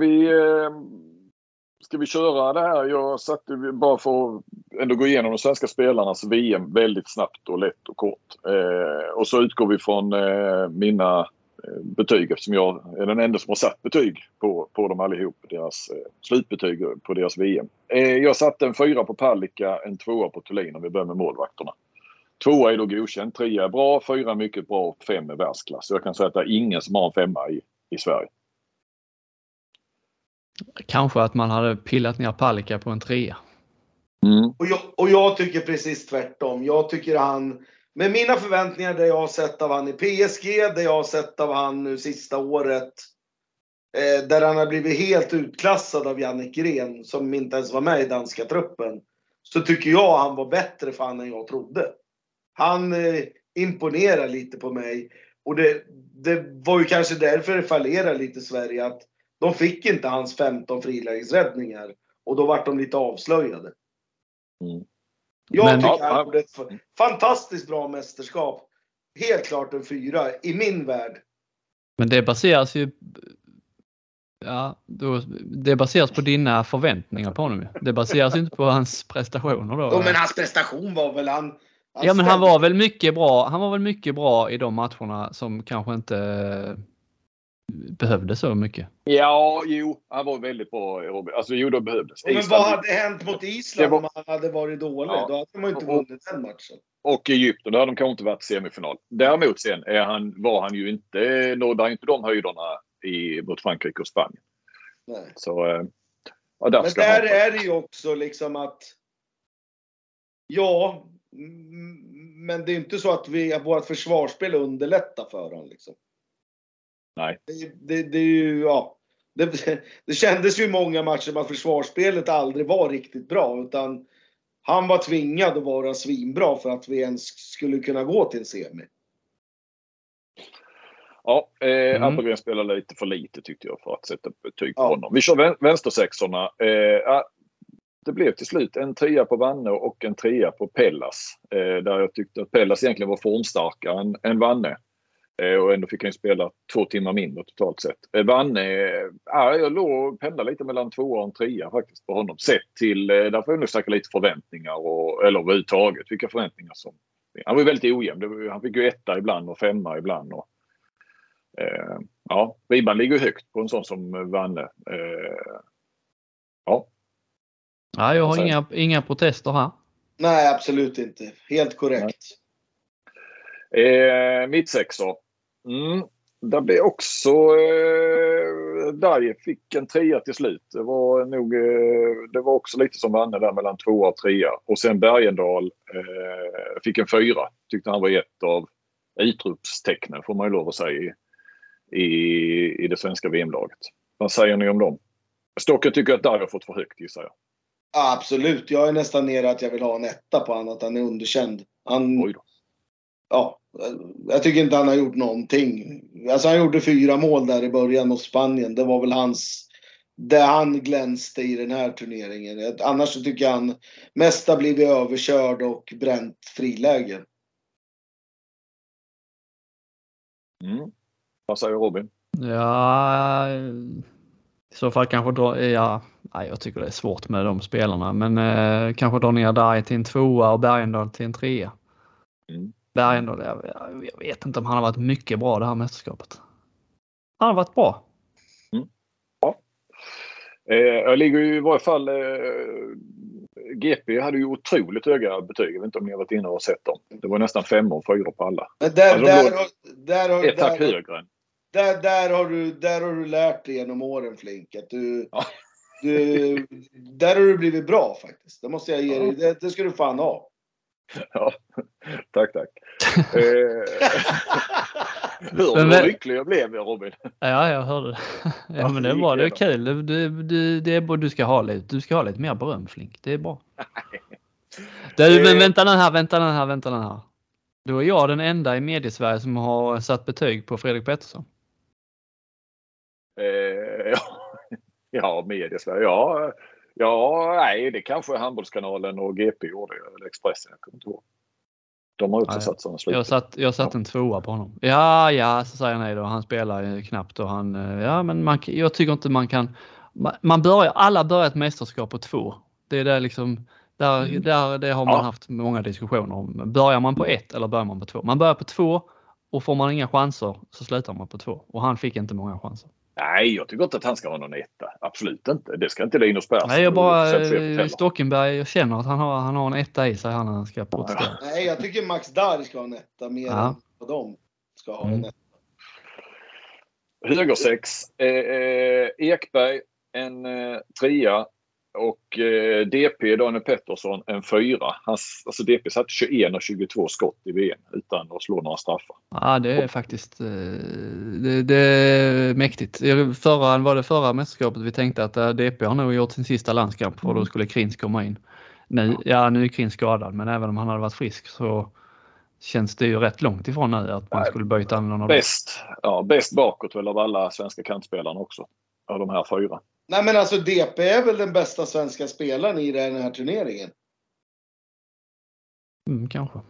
A: vi köra det här? Jag satte bara för att ändå gå igenom de svenska spelarnas VM väldigt snabbt och lätt och kort. Och så utgår vi från mina betyg eftersom jag är den enda som har satt betyg på dem allihop. Deras slutbetyg på deras VM. Jag satte en 4 på Palicka, en 2 på Thulin om vi börjar med målvakterna. 2 är då godkänd, 3 är bra, 4 är mycket bra och 5 är världsklass. Så jag kan säga att det är ingen som har en 5 i Sverige.
B: Kanske att man hade pillat ner Palicka på en 3.
C: Och jag tycker precis tvärtom. Jag tycker han, med mina förväntningar det jag har sett av han i PSG, det jag har sett av han nu sista året, där han har blivit helt utklassad av Jannik Gren som inte ens var med i danska truppen, så tycker jag han var bättre fan än jag trodde. Han imponerar lite på mig. Och det var ju kanske därför det fallerade lite i Sverige. Att de fick inte hans 15 frilägesräddningar. Och då var de lite avslöjade. Jag tycker han gjorde ett fantastiskt bra mästerskap. Helt klart en 4 i min värld.
B: Men det baseras ju... det baseras på dina förväntningar på honom. Det baseras inte på hans prestationer då.
C: Men hans prestation var väl
B: men han var väl mycket bra. Han var väl mycket bra i de matcherna som kanske inte behövde så mycket.
A: Ja, han var väldigt bra. Alltså då behövdes.
C: Men vad hade hänt mot Island om han hade varit dålig? Då hade man inte vunnit den matchen.
A: Och Egypten, då hade de kanske inte varit semifinal. Däremot sen var han ju inte, nådde inte de höjderna mot Frankrike och Spanien.
C: Nej.
A: Så,
C: men där är det ju också liksom att men det är inte så att vårt försvarsspel underlättar för honom liksom.
A: Nej.
C: Det är ju, det kändes ju i många matcher som att försvarsspelet aldrig var riktigt bra, utan han var tvingad att vara svinbra för att vi ens skulle kunna gå till en semi.
A: Ja, Appelgren spelar lite för lite tyckte jag för att sätta betyg på honom. Vi kör vänstersexorna. Det blev till slut en 3 på Vanne och en 3 på Pellas. Där jag tyckte att Pellas egentligen var formstarkare än Vanne. Och ändå fick han spela 2 timmar mindre totalt sett. Vanne, jag låg och pendlade lite mellan 2 och en 3 faktiskt på honom. Sett till, där får jag nog snacka lite förväntningar eller överhuvudtaget vilka förväntningar som... Han var ju väldigt ojämn. Han fick ju 1 ibland och 5 ibland. Och, ribban ligger högt på en sån som Vanne.
B: Ja, jag har inga protester här.
C: Nej, absolut inte. Helt korrekt.
A: Mittsexor. Det blev också Daje fick en 3 till slut. Det var också lite som vann där mellan 2 och 3. Och sen Bergendahl fick en 4. Tyckte han var ett av utropstecknen, får man ju lov att säga, i det svenska VM-laget. Vad säger ni om dem? Stocken tycker att Daje har fått för högt, gissar jag.
C: Ja, absolut. Jag är nästan nere att jag vill ha en 1 på honom, att han är underkänd.
A: Oj då.
C: Ja, jag tycker inte han har gjort någonting. Alltså han gjorde 4 mål där i början mot Spanien. Det var väl där han glänste i den här turneringen. Annars så tycker jag han mest har blivit överkörd och bränt frilägen.
A: Vad säger Robin?
B: Ja, i så fall kanske jag tycker det är svårt med de spelarna, men kanske dra ner Daje till en 2 och Bergendahl till en 3. Bergendahl, jag vet inte om han har varit mycket bra det här mästerskapet. Han har varit bra.
A: Ja. Jag ligger ju i varje fall GP hade ju otroligt höga betyg. Jag vet inte om ni har varit inne och sett dem. Det var nästan 5 och 4 på alla. Tack högre.
C: Där har du lärt dig genom åren, Flink. Att där har du blivit bra faktiskt. Det måste jag ge dig. Det ska du fan ha.
A: Ja, tack. Hur lycklig jag blev, Robin.
B: Ja, jag hörde det. Ja, men det är bra. Det är kul. Du ska ha lite mer beröm, Flink. Det är bra. Men vänta den här. Då är jag den enda i Mediesverige som har satt betyg på Fredrik Pettersson.
A: Ja, Mediesverige. Ja, nej, det kanske är Handbollskanalen och GP gjorde, eller Expressen, jag kommer inte ihåg. De har också satt sådana slut.
B: Jag satt en 2 på honom. Ja, så säger jag nej då. Han spelar ju knappt och jag tycker inte man kan. Alla börjar ett mästerskap på 2. Det är där liksom, det har man haft många diskussioner om. Börjar man på 1 eller börjar man på 2? Man börjar på 2 och får man inga chanser så slutar man på 2. Och han fick inte många chanser.
A: Nej, jag tycker inte att han ska ha någon 1. Absolut inte. Det ska inte Linus Persson.
B: Nej, jag bara Stockenberg, jag känner att han har en 1 i sig när han ska protestera.
C: Nej, jag tycker Max Dar ska ha en 1 mer än vad de ska ha en 1.
A: Höger 6. Ekberg en 3 och DP Daniel Pettersson en 4. Alltså DP satt 21 och 22 skott i VM utan att slå några straffar.
B: Ja, det är faktiskt det är mäktigt. Var det förra mästerskapet vi tänkte att DP har nog gjort sin sista landskamp och då skulle Krins komma in. Nu är Krins skadad, men även om han hade varit frisk så känns det ju rätt långt ifrån nu att man skulle byta någon av dem.
A: Bäst bakåt väl av alla svenska kantspelarna också. Av de här 4.
C: Nej, men alltså DP är väl den bästa svenska spelaren i den här turneringen.
B: Kanske.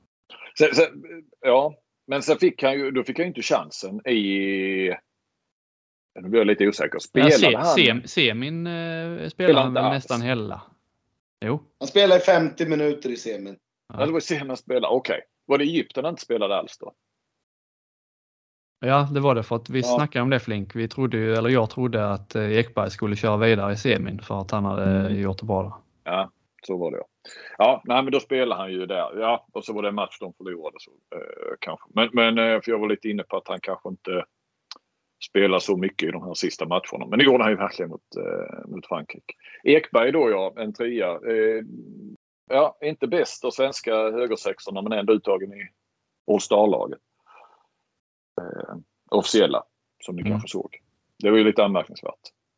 A: Men sen fick han ju inte chansen i. Nu blir jag lite osäker. Spelade han?
B: Semin spelade han nästan hela. Jo.
C: Han spelade i 50 minuter i semin.
A: Ja, det var semin spelade. Okej. Var det Egypten han inte spelade alls då?
B: Ja, det var det för att vi snackade om det, Flink. Jag trodde att Ekberg skulle köra vidare i semin för att han hade gjort det bra.
A: Ja, så var det. Ja, nej, men då spelade han ju där. Ja, och så var det en match de förlorade så kanske. Men för jag var lite inne på att han kanske inte spelar så mycket i de här sista matcherna. Men det gjorde han ju verkligen mot Frankrike. Ekberg då, en 3. Inte bäst av svenska högersexorna men ändå uttagen i All-Star-laget. Officiella, som ni kanske såg. Det var ju lite anmärkningsvärt.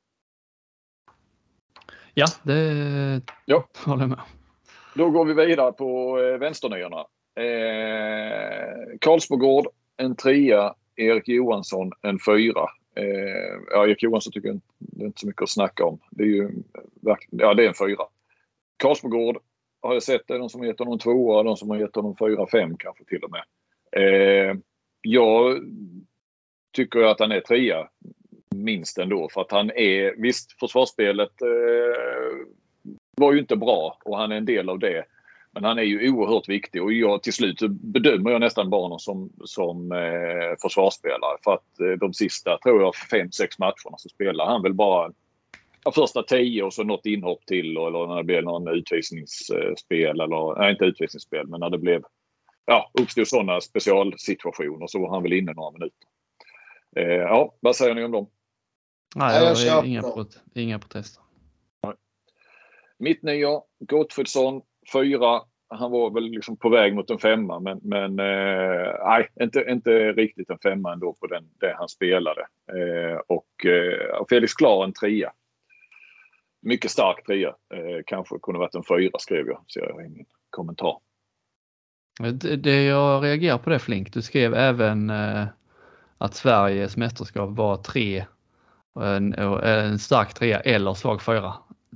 B: Ja, det håller jag med.
A: Då går vi vidare på vänsternyarna. Karlsbogård en 3, Erik Johansson en 4. Erik Johansson tycker det är inte så mycket att snacka om. Det är ju verkligen, det är en 4. Karlsbogård har jag sett, det är de som har gett honom 2 och de som har gett honom 4-5 kanske till och med. Jag tycker att han är 3 minst ändå för att han är, visst försvarsspelet var ju inte bra och han är en del av det. Men han är ju oerhört viktig och till slut bedömer jag nästan bara honom som försvarsspelare. För att de sista, tror jag, 5-6 matcherna så spelar han väl bara första 10 och så något inhopp till eller när det blev någon utvisningsspel eller nej, inte utvisningsspel, men när det blev uppstod sådana specialsituationer så var han väl inne några minuter. Vad säger ni om dem?
B: Nej, jag har inga protester.
A: Nej. Mitt nya Gottfridsson 4. Han var väl liksom på väg mot en 5, men nej, inte riktigt en 5 ändå på det han spelade. Felix Klar en 3. Mycket stark 3. Kanske kunde varit en 4 skrev jag, så jag har ingen kommentar.
B: Det jag reagerar på det, Flink, du skrev även att Sveriges mästerskap var 3, en stark 3 eller svag 4.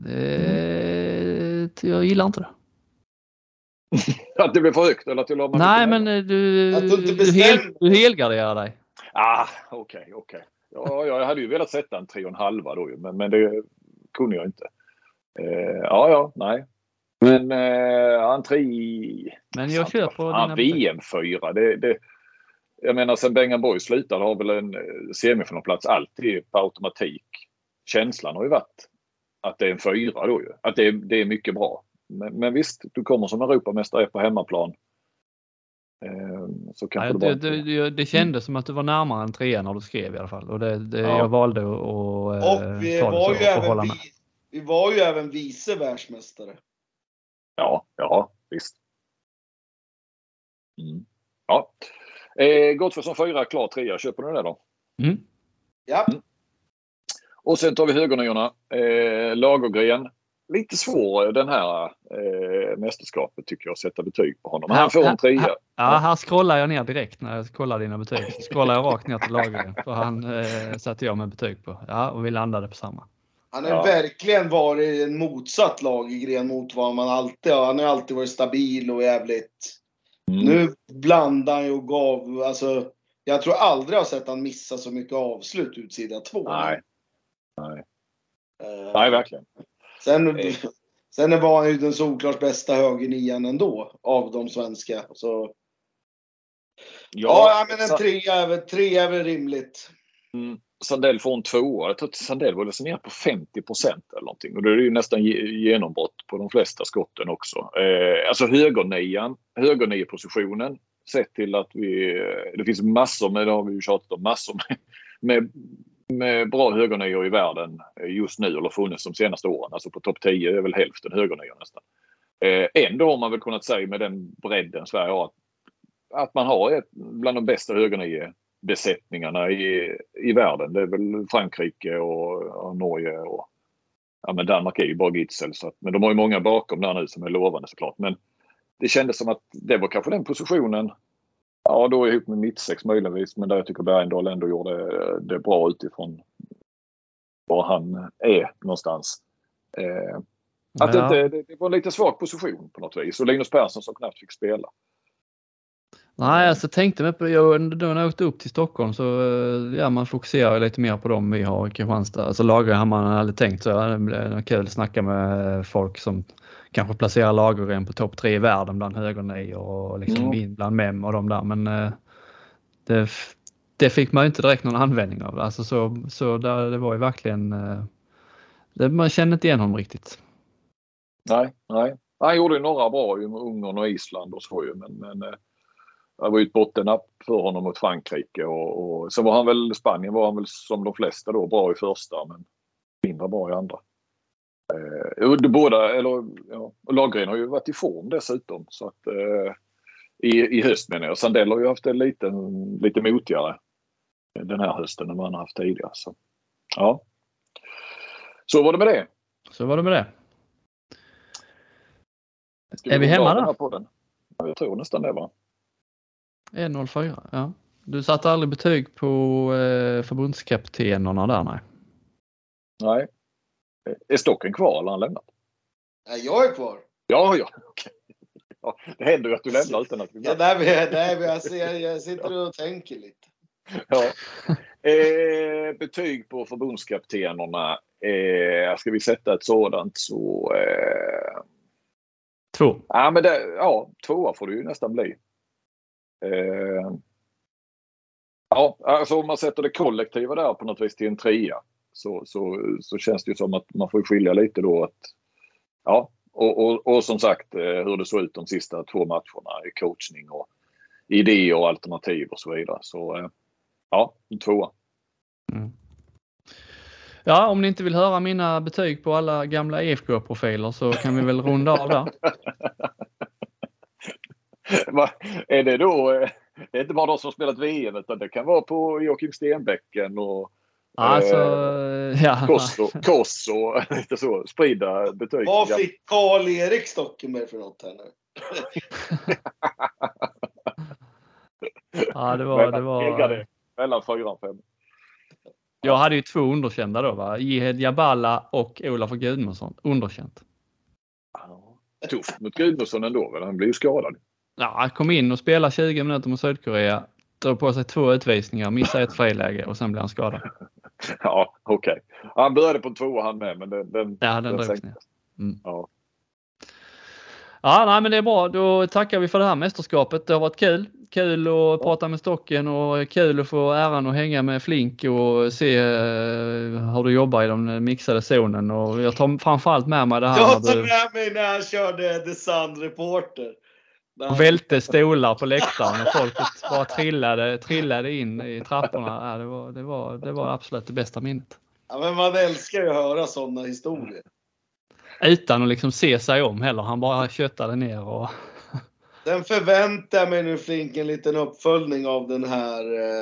B: Jag gillar inte det.
A: Att det blev för högt eller att du la man.
B: Nej, men du helgarderar dig.
A: Okej. Ja, jag hade ju velat sätta en 3,5 då, men det kunde jag inte. Nej. Men en 3.
B: Men jag kör på dina
A: VM 4. Jag menar, sen Bengan Boy slutade har väl en semifinalplats alltid på automatik. Känslan har ju varit att det är en 4 då ju. Att det är mycket bra. Men visst, du kommer som Europamästare på hemmaplan. Så kanske
B: det kändes som att du var närmare en 3 när du skrev i alla fall. Och jag valde att
C: och vi var ju även vice världsmästare.
A: Ja, visst. Ja. Gottfridsson 4, Klar 3. Köper du det då?
C: Ja.
A: Och sen tar vi högernyarna. Lagergren. Lite svår den här mästerskapet tycker jag att sätta betyg på honom. Han får en 3.
B: Här scrollar jag ner direkt när jag kollar dina betyg. Så scrollar jag rakt ner till Lagergren. För han satte jag med betyg på. Ja, och vi landade på samma.
C: Han har verkligen varit en motsatt Lagergren mot vad man alltid har. Han har alltid varit stabil och jävligt. Nu blandar han ju och gav. Alltså, jag tror aldrig jag har sett han missa så mycket avslut utsida 2.
A: Nej, verkligen.
C: Sen var han ju den såklart bästa högernian ändå av de svenska. Så. Men en 3 är väl rimligt.
A: Sandell får en 2. Jag tror att Sandell var liksom ner på 50% eller någonting. Och det är ju nästan genombrott på de flesta skotten också. Alltså högerniepositionen. Sett till att det finns massor med, det har vi ju tjatat om, massor med bra högernior i världen just nu eller funnits de senaste åren. Alltså på topp 10 är väl hälften högernior nästan. Ändå har man väl kunnat säga med den bredden Sverige har att man har bland de bästa högerniebesättningarna i världen. Det är väl Frankrike och Norge och men Danmark är ju bara Gitzel. Men de har ju många bakom där nu som är lovande såklart. Men det kändes som att det var kanske den positionen. Ja, då ihop med mittsex möjligtvis. Men där jag tycker Bergendahl ändå gjorde det bra utifrån var han är någonstans. Det var en lite svag position på något vis. Och Linus Persson som knappt fick spela.
B: Nej, alltså tänkte mig på det. När jag åkte upp till Stockholm så man fokuserar lite mer på dem vi har i Kristianstad. Alltså Lagergren man hade tänkt så. Det blir kul att snacka med folk som kanske placerar Lagergren på topp 3 i världen bland högernior och liksom bland mem och de där. Men det fick man inte direkt någon användning av. Alltså så där, det var ju verkligen man kände inte igen honom riktigt.
A: Nej. Han gjorde ju några bra med Ungern och Island och så ju. Men det var ju ett bottennapp för honom mot Frankrike. Och så var han väl, Spanien var han väl som de flesta då bra i första men mindre bra i andra. Och Lagergren har ju varit i form dessutom så att i höst menar jag. Sandell har ju haft det lite motigare den här hösten än man har haft tidigare. Så var det med det.
B: Är vi hemma då?
A: På den? Ja, jag tror nästan det var.
B: 1,04, ja. Du satte aldrig betyg på förbundskaptenerna där,
A: Nej. Är Stocken kvar eller har han lämnat?
C: Nej, jag är kvar.
A: Ja, okej. Ja, det händer ju att du lämnar utan att vi...
C: Jag sitter och tänker lite.
A: Ja. Betyg på förbundskaptenerna. Ska vi sätta ett sådant så...
B: 2.
A: Ja, men 2 får det ju nästan bli. Alltså om man sätter det kollektiva där på något vis till en 3 så känns det ju som att man får skilja lite då att ja, och som sagt hur det såg ut de sista 2 matcherna i coachning och idéer och alternativ och så vidare. Så ja, 2.
B: Mm. Ja, om ni inte vill höra mina betyg på alla gamla IFK-profiler så kan vi väl runda av där.
A: Är det då, det är inte bara de som spelat VM utan det kan vara på Joakim Stenbäcken och
B: Alltså, ja.
A: Koss och lite så, sprida betyg.
C: Vad fick Karl-Erik Stockenberg för något här nu?
B: Ja, det var...
A: Mellan 4 och 5.
B: Jag hade ju 2 underkända då, va? Jihed Jaballa och Olof Gudmundsson. Underkänt.
A: Ja, tufft mot Gudmundsson ändå, men han blev ju skadad.
B: Ja, han kom in och spelade 20 minuter mot Sydkorea. Drog på sig 2 utvisningar, missade ett friläge och sen blev han skadad.
A: Ja, okej. Han började på 2 han med, men den
B: drogs ner. Mm.
A: Ja.
B: Ja, nej, men det är bra. Då tackar vi för det här mästerskapet. Det har varit kul. Kul att prata med Stocken och kul att få äran att hänga med Flink och se hur du jobbar i den mixade zonen. Och jag tar framförallt med mig det här.
C: Jag tar med mig när han körde The Sun Reporter.
B: Och välte stolar på läktaren och folket bara trillade in i trapporna. Ja, det var absolut det bästa minnet.
C: Ja, men man älskar ju att höra sådana historier.
B: Utan att liksom se sig om heller. Han bara köttade ner och...
C: Sen förväntar jag mig nu Flink en liten uppföljning av den här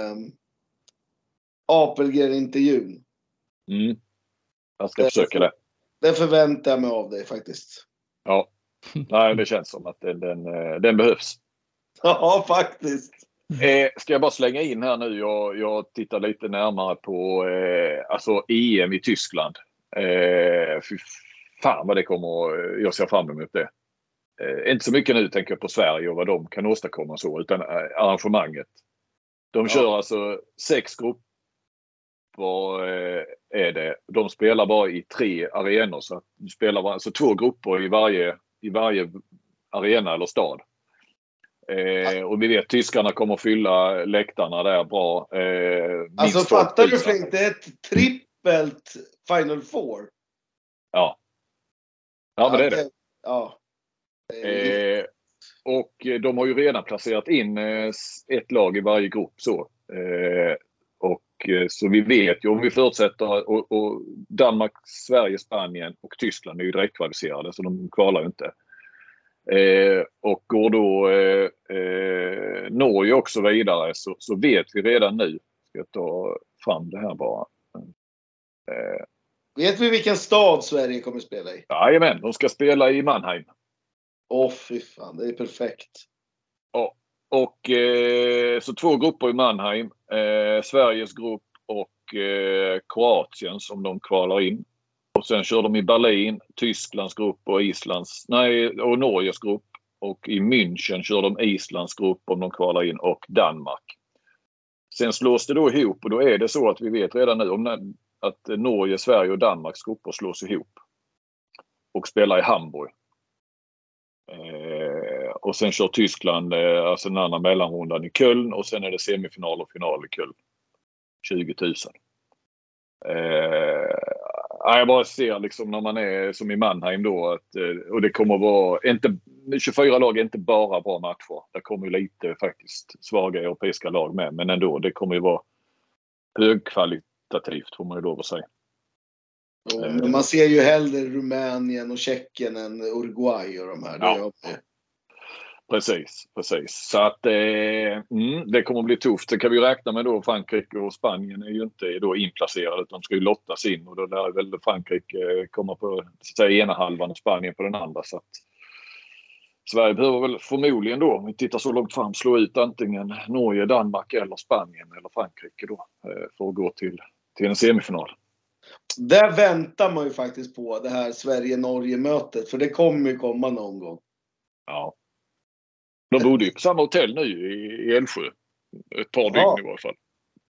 C: Apelgren-intervjun.
A: Mm. Jag ska försöka det.
C: Det förväntar jag mig av dig faktiskt.
A: Ja. Nej, det känns som att den behövs.
C: Ja, faktiskt.
A: Ska jag bara slänga in här nu. Jag tittar lite närmare på alltså EM i Tyskland. Fy fan vad det kommer. Jag ser fram emot det. Inte så mycket nu tänker jag på Sverige och vad de kan åstadkomma så, utan arrangemanget. De kör alltså 6 grupper är det. De spelar bara i 3 arenor, så att de spelar alltså 2 grupper i varje arena eller stad. Och vi vet tyskarna kommer fylla läktarna där bra.
C: Alltså fattar du Flink, det är ett trippelt Final Four.
A: Ja. Ja, men det är det.
C: Ja.
A: Och de har ju redan placerat in ett lag i varje grupp så. Så vi vet ju, om vi förutsätter och Danmark, Sverige, Spanien och Tyskland är ju direktkvalificerade så de kvalar ju inte. Och går då Norge också vidare så vet vi redan nu. Ska jag ta fram det här bara.
C: Vet vi vilken stad Sverige kommer spela i?
A: Jajamän, de ska spela i Mannheim.
C: Fy fan, det är perfekt.
A: Ja, och så 2 grupper i Mannheim. Sveriges grupp och Kroatien som de kvalar in. Och sen kör de i Berlin, Tysklands grupp och och Norges grupp. Och i München kör de Islands grupp om de kvalar in och Danmark. Sen slås det då ihop och då är det så att vi vet redan nu att Norge, Sverige och Danmarks grupper slås ihop. Och spelar i Hamburg. Och sen kör Tyskland alltså den andra mellanrundan i Köln och sen är det semifinal och final i Köln. 20 000. Jag bara ser liksom när man är som i Mannheim då att, och det kommer vara 24 lag är inte bara bra matcher. Det kommer ju lite faktiskt svaga europeiska lag med, men ändå det kommer ju vara högkvalitativt får man ju lov att säga.
C: Men man ser ju hellre Rumänien och Tjeckien än Uruguay och de här.
A: Ja. Precis. Så att det kommer att bli tufft. Det kan vi räkna med då. Frankrike och Spanien är ju inte då inplacerade. De ska ju lottas in och då lär väl Frankrike komma på ena halvan och Spanien på den andra. Så att Sverige behöver väl förmodligen då, om vi tittar så långt fram, slå ut antingen Norge, Danmark eller Spanien eller Frankrike då för att gå till en semifinal.
C: Där väntar man ju faktiskt på det här Sverige-Norge-mötet. För det kommer ju komma någon gång.
A: Ja. De bodde ju på samma hotell nu i Älvsjö. Ett par dygn i varje fall.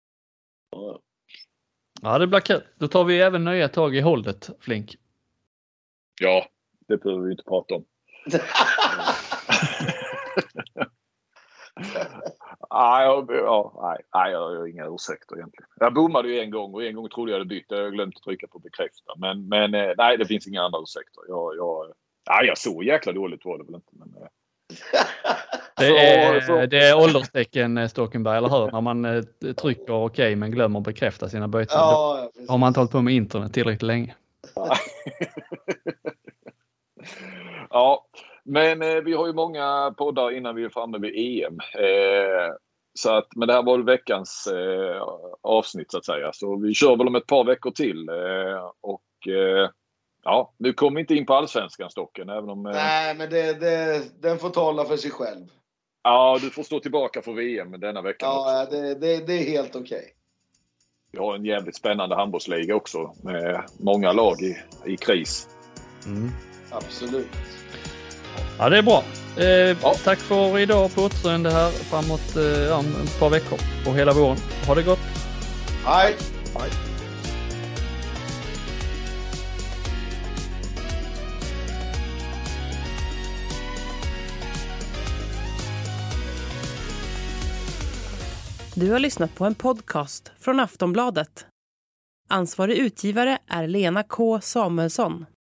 B: Ja, det blir kul. Då tar vi även nya tag i hållet, Flink.
A: Ja, det behöver vi inte prata om. Nej, jag har inga ursäkter egentligen. Jag bommade ju en gång och en gång trodde jag hade bytt. Jag glömde att trycka på bekräfta. Men nej, det finns inga andra ursäkter. Jag såg jäkla dåligt var det väl inte. Men,
B: det är ålderstecken, Stockenberg, eller hur? När man trycker okej men glömmer att bekräfta sina byten.
C: Ja,
B: har man inte hållit på med internet tillräckligt länge.
A: Ja, men vi har ju många poddar innan vi är framme vid EM. Så att, men det här var veckans avsnitt så att säga. Så vi kör väl om ett par veckor till. Ja, nu kommer vi inte in på allsvenskan, Stocken. Även om,
C: nej, men den får tala för sig själv.
A: Ja, du får stå tillbaka för VM denna veckan.
C: Ja,
A: också.
C: Det är helt okej.
A: Vi har en jävligt spännande handbollsliga också med många lag i kris.
C: Absolut.
B: Ja, det är bra. Tack för idag på återseende här framåt ett par veckor och hela våren. Ha det gott.
C: Hej.
A: Hej.
D: Du har lyssnat på en podcast från Aftonbladet. Ansvarig utgivare är Lena K. Samuelsson.